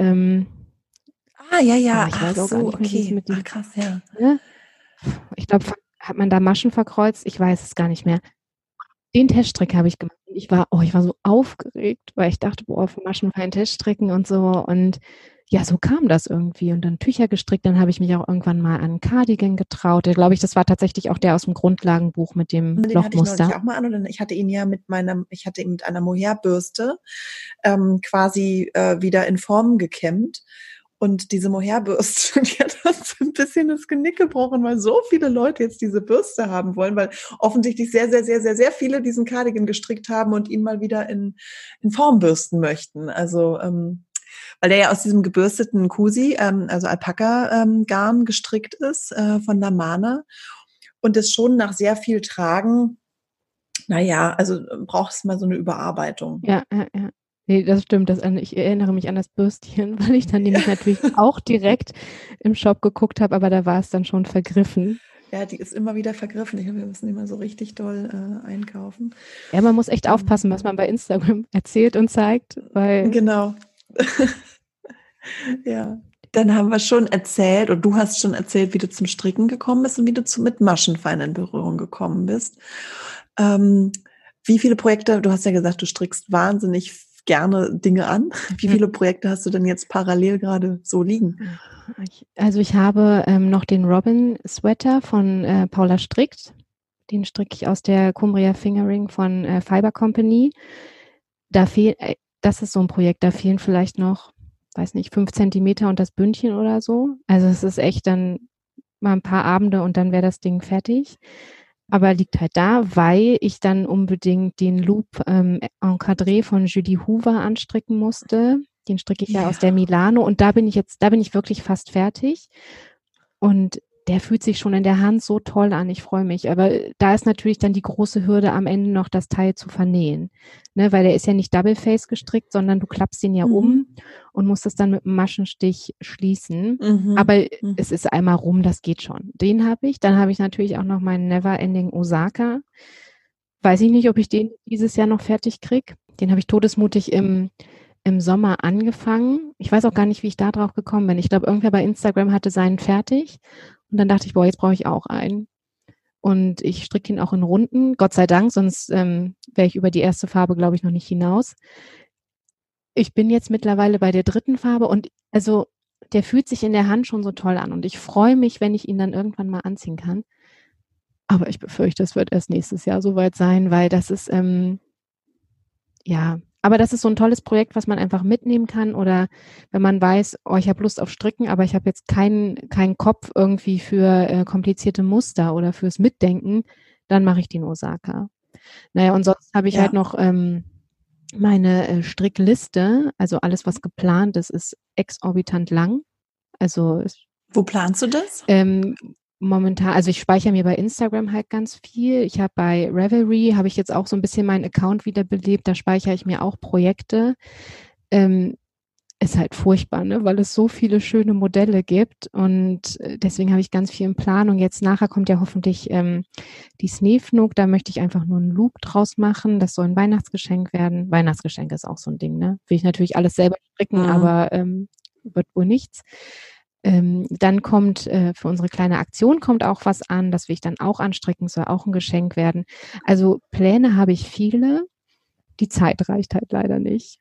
A: Ja.
B: Ich weiß auch gar nicht,
A: okay.
B: Mit
A: Ach, krass, ja.
B: Ne? Ich glaube, hat man da Maschen verkreuzt? Ich weiß es gar nicht mehr. Den Teststrick habe ich gemacht. Ich war so aufgeregt, weil ich dachte, für Maschenfein Teststricken und so. Und ja, so kam das irgendwie. Und dann Tücher gestrickt. Dann habe ich mich auch irgendwann mal an Cardigan getraut. Ich glaube, das war tatsächlich auch der aus dem Grundlagenbuch mit dem Lochmuster.
A: Den hatte ich neulich auch mal an. Und ich hatte ihn ja mit einer Mohair-Bürste quasi wieder in Form gekämmt. Und diese Mohair-Bürste, die hat uns ein bisschen das Genick gebrochen, weil so viele Leute jetzt diese Bürste haben wollen, weil offensichtlich sehr, sehr, sehr, sehr, sehr viele diesen Cardigan gestrickt haben und ihn mal wieder in Form bürsten möchten. Also, weil der ja aus diesem gebürsteten Kusi, also Alpaka-Garn gestrickt ist, von La Mana. Und das schon nach sehr viel Tragen, also brauchst du mal so eine Überarbeitung.
B: Ja. Nee, das stimmt. Ich erinnere mich an das Bürstchen, weil ich dann nämlich natürlich auch direkt im Shop geguckt habe, aber da war es dann schon vergriffen.
A: Ja, die ist immer wieder vergriffen. Wir müssen immer so richtig doll einkaufen.
B: Ja, man muss echt aufpassen, was man bei Instagram erzählt und zeigt, weil...
A: Genau. Ja. Dann haben wir schon erzählt, und du hast schon erzählt, wie du zum Stricken gekommen bist und wie du mit Maschenfein in Berührung gekommen bist. Wie viele Projekte, du hast ja gesagt, du strickst wahnsinnig gerne Dinge an. Wie viele Projekte hast du denn jetzt parallel gerade so liegen?
B: Also ich habe noch den Robin-Sweater von Paula Strickt. Den stricke ich aus der Cumbria Fingering von Fiber Company. Das ist so ein Projekt, da fehlen vielleicht noch, weiß nicht, 5 Zentimeter und das Bündchen oder so. Also es ist echt dann mal ein paar Abende und dann wäre das Ding fertig. Aber liegt halt da, weil ich dann unbedingt den Loop Encadré von Julie Hoover anstricken musste. Den stricke ich ja aus der Milano und da bin ich wirklich fast fertig. Und der fühlt sich schon in der Hand so toll an. Ich freue mich. Aber da ist natürlich dann die große Hürde, am Ende noch das Teil zu vernähen. Ne, weil der ist ja nicht Double Face gestrickt, sondern du klappst ihn ja um und musst es dann mit einem Maschenstich schließen. Aber es ist einmal rum, das geht schon. Den habe ich. Dann habe ich natürlich auch noch meinen Neverending Osaka. Weiß ich nicht, ob ich den dieses Jahr noch fertig kriege. Den habe ich todesmutig im Sommer angefangen. Ich weiß auch gar nicht, wie ich da drauf gekommen bin. Ich glaube, irgendwer bei Instagram hatte seinen fertig. Und dann dachte ich, boah, jetzt brauche ich auch einen. Und ich stricke ihn auch in Runden, Gott sei Dank, sonst wäre ich über die erste Farbe, glaube ich, noch nicht hinaus. Ich bin jetzt mittlerweile bei der dritten Farbe und also der fühlt sich in der Hand schon so toll an. Und ich freue mich, wenn ich ihn dann irgendwann mal anziehen kann. Aber ich befürchte, es wird erst nächstes Jahr soweit sein, weil das ist, aber das ist so ein tolles Projekt, was man einfach mitnehmen kann oder wenn man weiß, oh, ich habe Lust auf Stricken, aber ich habe jetzt keinen Kopf irgendwie für komplizierte Muster oder fürs Mitdenken, dann mache ich den Osaka. Naja, und sonst habe ich halt noch meine Strickliste, also alles, was geplant ist, ist exorbitant lang. Also
A: wo planst du das?
B: Momentan, also ich speichere mir bei Instagram halt ganz viel. Ich habe bei Ravelry, habe ich jetzt auch so ein bisschen meinen Account wiederbelebt, da speichere ich mir auch Projekte. Ist halt furchtbar, ne? Weil es so viele schöne Modelle gibt und deswegen habe ich ganz viel in Planung. Jetzt nachher kommt ja hoffentlich die Sneefnug, da möchte ich einfach nur einen Loop draus machen. Das soll ein Weihnachtsgeschenk werden. Weihnachtsgeschenk ist auch so ein Ding, ne? Will ich natürlich alles selber stricken, aber wird wohl nichts. Dann kommt für unsere kleine Aktion kommt auch was an, das will ich dann auch anstricken, soll auch ein Geschenk werden. Also Pläne habe ich viele, die Zeit reicht halt leider nicht.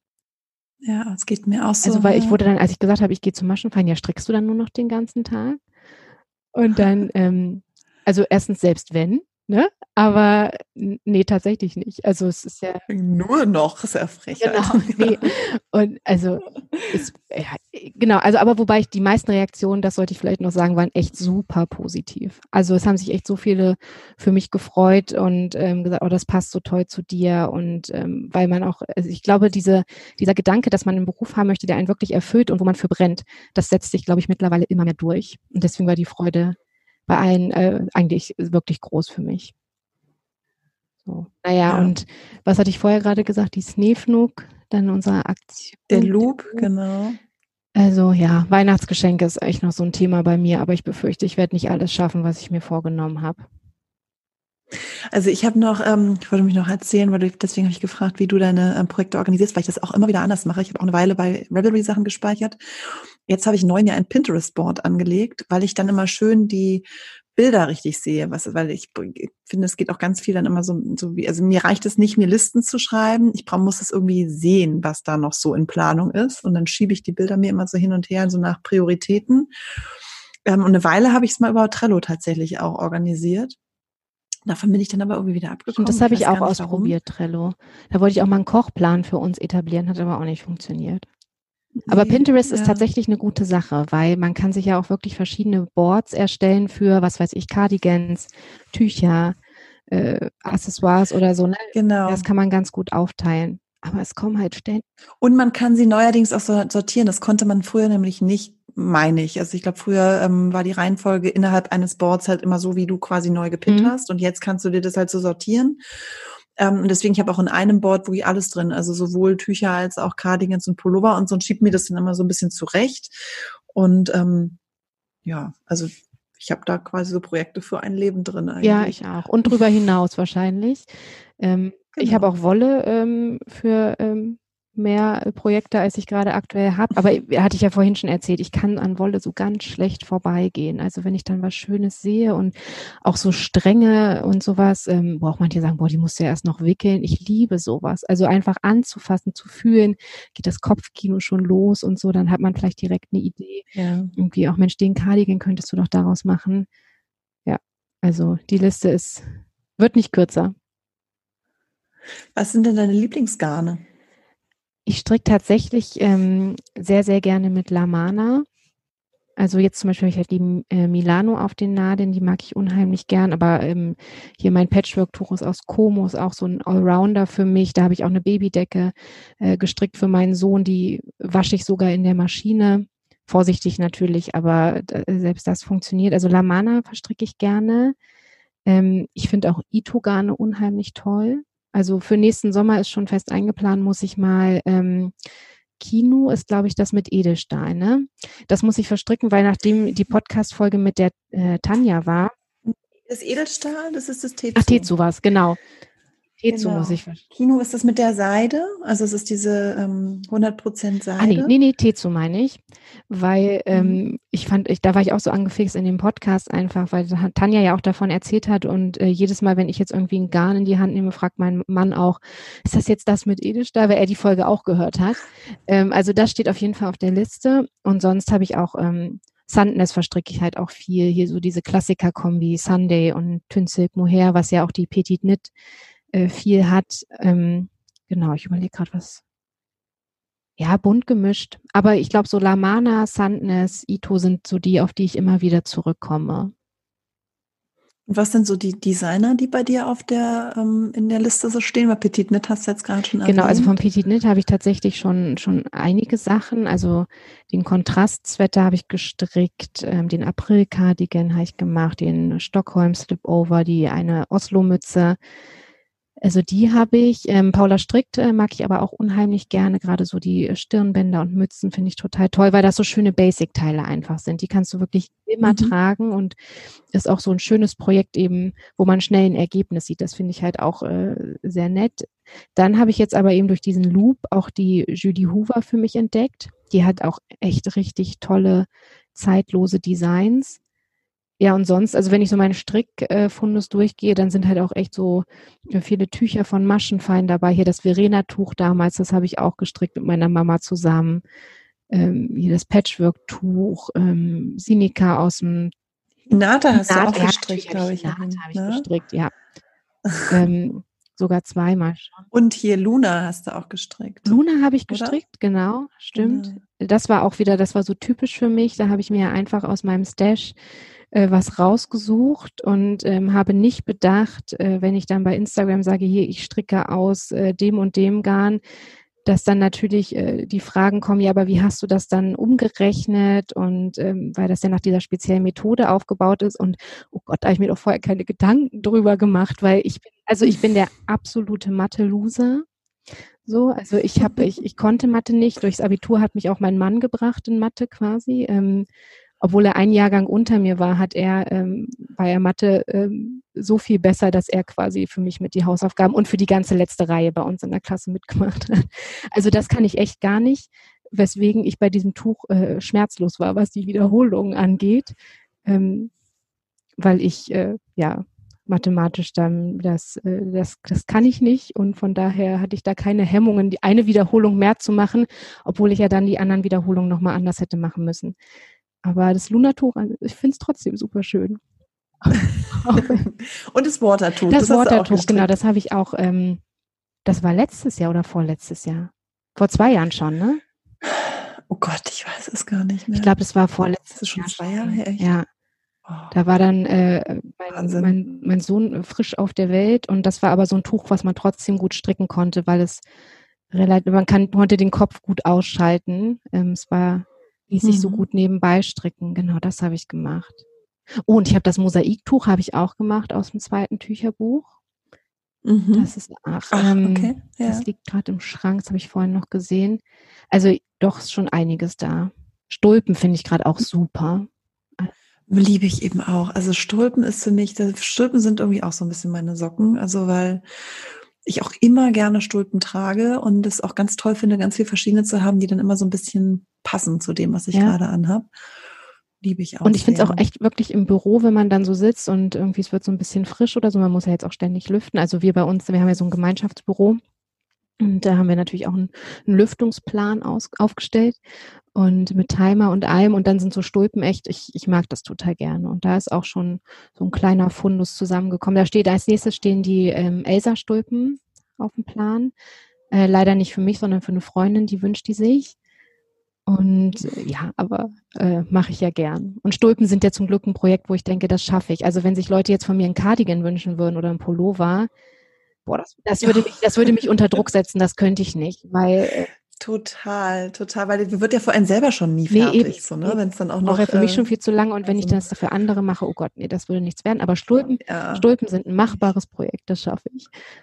A: Ja, es geht mir auch so.
B: Also weil ich wurde dann, als ich gesagt habe, ich gehe zum Maschenfallen, ja, strickst du dann nur noch den ganzen Tag? Und dann, also erstens selbst wenn, ne? Aber nee, tatsächlich nicht. Also es ist ja
A: nur noch, ist ja Frechheit.
B: Genau, nee. Und also genau, also aber wobei die meisten Reaktionen, das sollte ich vielleicht noch sagen, waren echt super positiv. Also es haben sich echt so viele für mich gefreut und gesagt, oh, das passt so toll zu dir und weil man auch, also ich glaube, dieser Gedanke, dass man einen Beruf haben möchte, der einen wirklich erfüllt und wo man für brennt, das setzt sich, glaube ich, mittlerweile immer mehr durch. Und deswegen war die Freude bei allen eigentlich wirklich groß für mich. So. Naja, und was hatte ich vorher gerade gesagt? Die Sneefnug, dann unsere Aktion.
A: Der Loop, genau.
B: Also ja, Weihnachtsgeschenke ist echt noch so ein Thema bei mir, aber ich befürchte, ich werde nicht alles schaffen, was ich mir vorgenommen habe.
A: Also ich habe noch, ich wollte mich noch erzählen, weil deswegen habe ich gefragt, wie du deine Projekte organisierst, weil ich das auch immer wieder anders mache. Ich habe auch eine Weile bei Ravelry Sachen gespeichert. Jetzt habe ich neu mir ein Pinterest-Board angelegt, weil ich dann immer schön die Bilder richtig sehe, weil ich finde, es geht auch ganz viel dann immer so wie, also mir reicht es nicht, mir Listen zu schreiben. Ich muss es irgendwie sehen, was da noch so in Planung ist. Und dann schiebe ich die Bilder mir immer so hin und her, so nach Prioritäten. Und eine Weile habe ich es mal über Trello tatsächlich auch organisiert. Davon bin ich dann aber irgendwie wieder abgekommen.
B: Und das habe ich auch ausprobiert, Trello. Da wollte ich auch mal einen Kochplan für uns etablieren, hat aber auch nicht funktioniert. Aber Pinterest ist tatsächlich eine gute Sache, weil man kann sich ja auch wirklich verschiedene Boards erstellen für, was weiß ich, Cardigans, Tücher, Accessoires oder so. Ne?
A: Genau.
B: Das kann man ganz gut aufteilen. Aber es kommen halt ständig.
A: Und man kann sie neuerdings auch sortieren. Das konnte man früher nämlich nicht, meine ich. Also ich glaube, früher war die Reihenfolge innerhalb eines Boards halt immer so, wie du quasi neu gepinnt hast. Und jetzt kannst du dir das halt so sortieren. Und deswegen, ich habe auch in einem Board wirklich alles drin. Also sowohl Tücher als auch Cardigans und Pullover und so, und schieb mir das dann immer so ein bisschen zurecht. Und also ich habe da quasi so Projekte für ein Leben drin eigentlich.
B: Ja, ich auch. Und drüber hinaus wahrscheinlich. Genau. Ich habe auch Wolle für mehr Projekte, als ich gerade aktuell habe. Aber hatte ich ja vorhin schon erzählt, ich kann an Wolle so ganz schlecht vorbeigehen. Also wenn ich dann was Schönes sehe und auch so Stränge und sowas, wo auch manche sagen, boah, die musst du ja erst noch wickeln. Ich liebe sowas. Also einfach anzufassen, zu fühlen, geht das Kopfkino schon los und so, dann hat man vielleicht direkt eine Idee. Ja. Irgendwie auch, Mensch, den Cardigan könntest du doch daraus machen. Ja, also die Liste wird nicht kürzer.
A: Was sind denn deine Lieblingsgarne?
B: Ich stricke tatsächlich sehr, sehr gerne mit Lamana. Also jetzt zum Beispiel habe ich halt die Milano auf den Nadeln, die mag ich unheimlich gern. Aber hier mein Patchwork-Tuch ist aus Como, ist auch so ein Allrounder für mich. Da habe ich auch eine Babydecke gestrickt für meinen Sohn. Die wasche ich sogar in der Maschine. vorsichtig natürlich, aber selbst das funktioniert. Also Lamana verstricke ich gerne. Ich finde auch Ito-Garne unheimlich toll. Also für nächsten Sommer ist schon fest eingeplant, muss ich mal Kino ist, glaube ich, das mit Edelstahl, ne? Das muss ich verstricken, weil nachdem die Podcast-Folge mit der Tanja war.
A: Das Edelstahl, das ist das Tetsu.
B: Ach, Tetsu war es, genau. Tetsu
A: Genau.
B: muss ich verstricken.
A: Kino ist das mit der Seide, also es ist diese 100% Seide.
B: Ah, nee, Tetsu meine ich, weil da war ich auch so angefixt in dem Podcast einfach, weil Tanja ja auch davon erzählt hat und jedes Mal, wenn ich jetzt irgendwie ein Garn in die Hand nehme, fragt mein Mann auch, ist das jetzt das mit Edelstahl, weil er die Folge auch gehört hat. Also das steht auf jeden Fall auf der Liste und sonst habe ich auch Sandness verstricke ich halt auch viel, hier so diese Klassiker-Kombi, Sunday und Tün Silk Mohair, was ja auch die Petit Knit viel hat. Genau, ich überlege gerade was. Ja, bunt gemischt. Aber ich glaube, so Lamana, Sandness, Ito sind so die, auf die ich immer wieder zurückkomme.
A: Und was sind so die Designer, die bei dir auf der in der Liste so stehen? Weil Petit Knit hast du jetzt gerade schon erwähnt.
B: Genau, also vom Petit Knit habe ich tatsächlich schon einige Sachen. Also den Kontrastsweater habe ich gestrickt, den April-Cardigan habe ich gemacht, den Stockholm Slipover, die eine Oslo-Mütze. Also die habe ich. Paula strickt mag ich aber auch unheimlich gerne. Gerade so die Stirnbänder und Mützen finde ich total toll, weil das so schöne Basic-Teile einfach sind. Die kannst du wirklich immer tragen und ist auch so ein schönes Projekt eben, wo man schnell ein Ergebnis sieht. Das finde ich halt auch sehr nett. Dann habe ich jetzt aber eben durch diesen Loop auch die Julie Hoover für mich entdeckt. Die hat auch echt richtig tolle, zeitlose Designs. Ja, und sonst, also wenn ich so meinen Strickfundus durchgehe, dann sind halt auch echt so viele Tücher von Maschenfein dabei. Hier das Verena-Tuch damals, das habe ich auch gestrickt mit meiner Mama zusammen. Hier das Patchwork-Tuch, Sinica aus dem
A: Nata hast du auch gestrickt, glaube ich.
B: Nata habe ich gestrickt, ja. Sogar zweimal schon.
A: Und hier Luna hast du auch gestrickt.
B: Luna habe ich gestrickt, genau, stimmt. Genau. Das war so typisch für mich. Da habe ich mir einfach aus meinem Stash was rausgesucht und habe nicht bedacht, wenn ich dann bei Instagram sage, hier, ich stricke aus dem und dem Garn, dass dann natürlich die Fragen kommen, ja, aber wie hast du das dann umgerechnet? Und weil das ja nach dieser speziellen Methode aufgebaut ist und oh Gott, da habe ich mir doch vorher keine Gedanken drüber gemacht, weil ich bin der absolute Mathe-Loser. So, also ich konnte Mathe nicht. Durchs Abitur hat mich auch mein Mann gebracht in Mathe quasi. Obwohl er einen Jahrgang unter mir war, war er Mathe so viel besser, dass er quasi für mich mit die Hausaufgaben und für die ganze letzte Reihe bei uns in der Klasse mitgemacht hat. Also das kann ich echt gar nicht, weswegen ich bei diesem Tuch schmerzlos war, was die Wiederholungen angeht, weil ich mathematisch dann das kann ich nicht und von daher hatte ich da keine Hemmungen, die eine Wiederholung mehr zu machen, obwohl ich ja dann die anderen Wiederholungen nochmal anders hätte machen müssen. Aber das Luna-Tuch, ich finde es trotzdem super schön.
A: Und das Watertuch.
B: Das Watertuch, genau, das habe ich auch, das war letztes Jahr oder vorletztes Jahr? Vor 2 Jahren schon, ne?
A: Oh Gott, ich weiß es gar nicht mehr.
B: Ich glaube, das war vorletztes Jahr.
A: Das ist schon 2 Jahre her, echt?
B: Ja. Da war dann mein Sohn frisch auf der Welt und das war aber so ein Tuch, was man trotzdem gut stricken konnte, weil es konnte den Kopf gut ausschalten. Ließ sich so gut nebenbei stricken. Genau, das habe ich gemacht. Oh, und ich habe das Mosaiktuch habe ich auch gemacht aus dem 2. Tücherbuch. Das ist okay. Ja. Das liegt gerade im Schrank, das habe ich vorhin noch gesehen. Also doch ist schon einiges da. Stulpen finde ich gerade auch super.
A: Liebe ich eben auch. Also Stulpen ist für mich, Stulpen sind irgendwie auch so ein bisschen meine Socken. Also weil ich auch immer gerne Stulpen trage und es auch ganz toll finde, ganz viele verschiedene zu haben, die dann immer so ein bisschen passen zu dem, was ich gerade anhabe. Liebe ich auch.
B: Und ich finde es auch echt wirklich im Büro, wenn man dann so sitzt und irgendwie es wird so ein bisschen frisch oder so, man muss ja jetzt auch ständig lüften. Also wir haben ja so ein Gemeinschaftsbüro und da haben wir natürlich auch einen Lüftungsplan aufgestellt und mit Timer und allem und dann sind so Stulpen echt, ich mag das total gerne und da ist auch schon so ein kleiner Fundus zusammengekommen. Als nächstes stehen die Elsa-Stulpen auf dem Plan. Leider nicht für mich, sondern für eine Freundin, die wünscht die sich. Und aber mache ich ja gern. Und Stulpen sind ja zum Glück ein Projekt, wo ich denke, das schaffe ich. Also wenn sich Leute jetzt von mir einen Cardigan wünschen würden oder einen Pullover, das würde mich unter Druck setzen, das könnte ich nicht, weil
A: Total, weil wird ja vor allem selber schon nie fertig,
B: eben,
A: so, ne? Wenn es dann auch noch.
B: Auch für mich schon viel zu lange und wenn ich das dafür andere mache, oh Gott, nee, das würde nichts werden. Aber Stulpen sind ein machbares Projekt, das schaffe ich.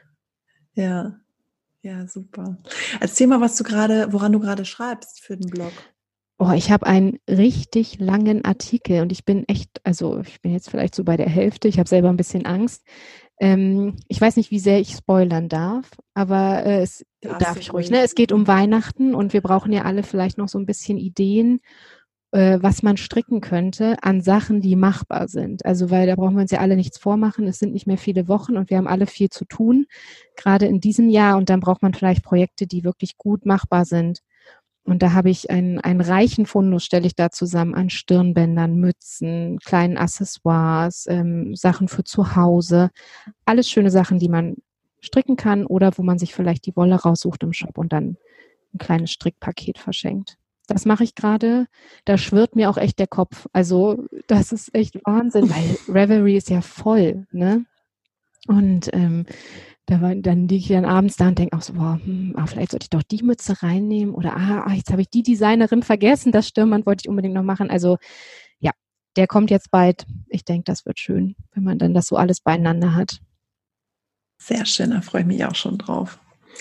A: Ja, super. Erzähl mal, woran du gerade schreibst für den Blog.
B: Oh, ich habe einen richtig langen Artikel und ich bin jetzt vielleicht so bei der Hälfte. Ich habe selber ein bisschen Angst. Ich weiß nicht, wie sehr ich spoilern darf, aber darf ich ruhig. Ne? Es geht um Weihnachten und wir brauchen ja alle vielleicht noch so ein bisschen Ideen, was man stricken könnte an Sachen, die machbar sind. Also, weil da brauchen wir uns ja alle nichts vormachen. Es sind nicht mehr viele Wochen und wir haben alle viel zu tun, gerade in diesem Jahr. Und dann braucht man vielleicht Projekte, die wirklich gut machbar sind. Und da habe ich einen reichen Fundus, stelle ich da zusammen, an Stirnbändern, Mützen, kleinen Accessoires, Sachen für zu Hause. Alles schöne Sachen, die man stricken kann oder wo man sich vielleicht die Wolle raussucht im Shop und dann ein kleines Strickpaket verschenkt. Das mache ich gerade. Da schwirrt mir auch echt der Kopf. Also das ist echt Wahnsinn, weil Ravelry ist ja voll, ne? Und dann liege ich dann abends da und denke auch so, boah, vielleicht sollte ich doch die Mütze reinnehmen oder jetzt habe ich die Designerin vergessen, das Stirnband wollte ich unbedingt noch machen. Also ja, der kommt jetzt bald. Ich denke, das wird schön, wenn man dann das so alles beieinander hat.
A: Sehr schön, da freue ich mich auch schon drauf.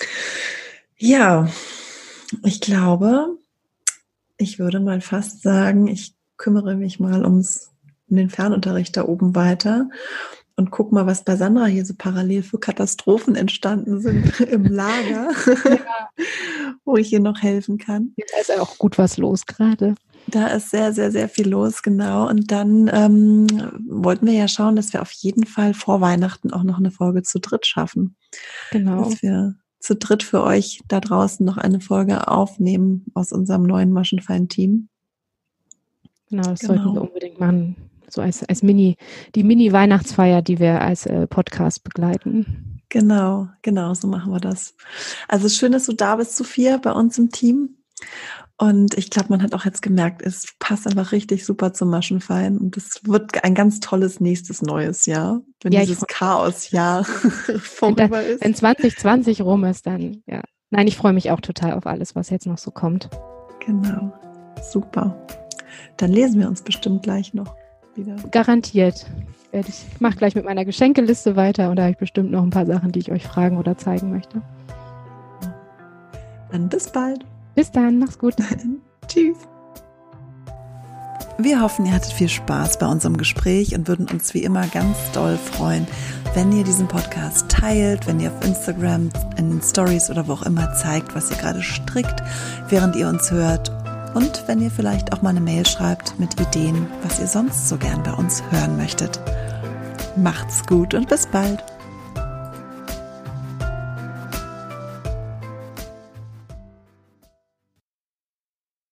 A: Ja, ich glaube, ich würde mal fast sagen, ich kümmere mich mal um den Fernunterricht da oben weiter. Und guck mal, was bei Sandra hier so parallel für Katastrophen entstanden sind im Lager, wo ich ihr noch helfen kann.
B: Da ist ja auch gut was los gerade.
A: Da ist sehr, sehr, sehr viel los, genau. Und dann wollten wir ja schauen, dass wir auf jeden Fall vor Weihnachten auch noch eine Folge zu dritt schaffen.
B: Genau.
A: Dass wir zu dritt für euch da draußen noch eine Folge aufnehmen aus unserem neuen Maschenfein-Team.
B: Genau, das sollten wir unbedingt machen. So als die Mini-Weihnachtsfeier, die wir als Podcast begleiten.
A: Genau, so machen wir das. Also schön, dass du da bist, Sophia, bei uns im Team. Und ich glaube, man hat auch jetzt gemerkt, es passt einfach richtig super zum Maschenfein. Und es wird ein ganz tolles nächstes neues Jahr, wenn dieses Chaos-Jahr vorüber ist.
B: Wenn 2020 rum ist, dann, ja. Nein, ich freue mich auch total auf alles, was jetzt noch so kommt.
A: Genau, super. Dann lesen wir uns bestimmt gleich noch wieder.
B: Garantiert. Ich mache gleich mit meiner Geschenkeliste weiter und da habe ich bestimmt noch ein paar Sachen, die ich euch fragen oder zeigen möchte.
A: Dann bis bald.
B: Bis dann, mach's gut.
A: Tschüss. Wir hoffen, ihr hattet viel Spaß bei unserem Gespräch und würden uns wie immer ganz doll freuen, wenn ihr diesen Podcast teilt, wenn ihr auf Instagram, in den Stories oder wo auch immer zeigt, was ihr gerade strickt, während ihr uns hört. Und wenn ihr vielleicht auch mal eine Mail schreibt mit Ideen, was ihr sonst so gern bei uns hören möchtet. Macht's gut und bis bald.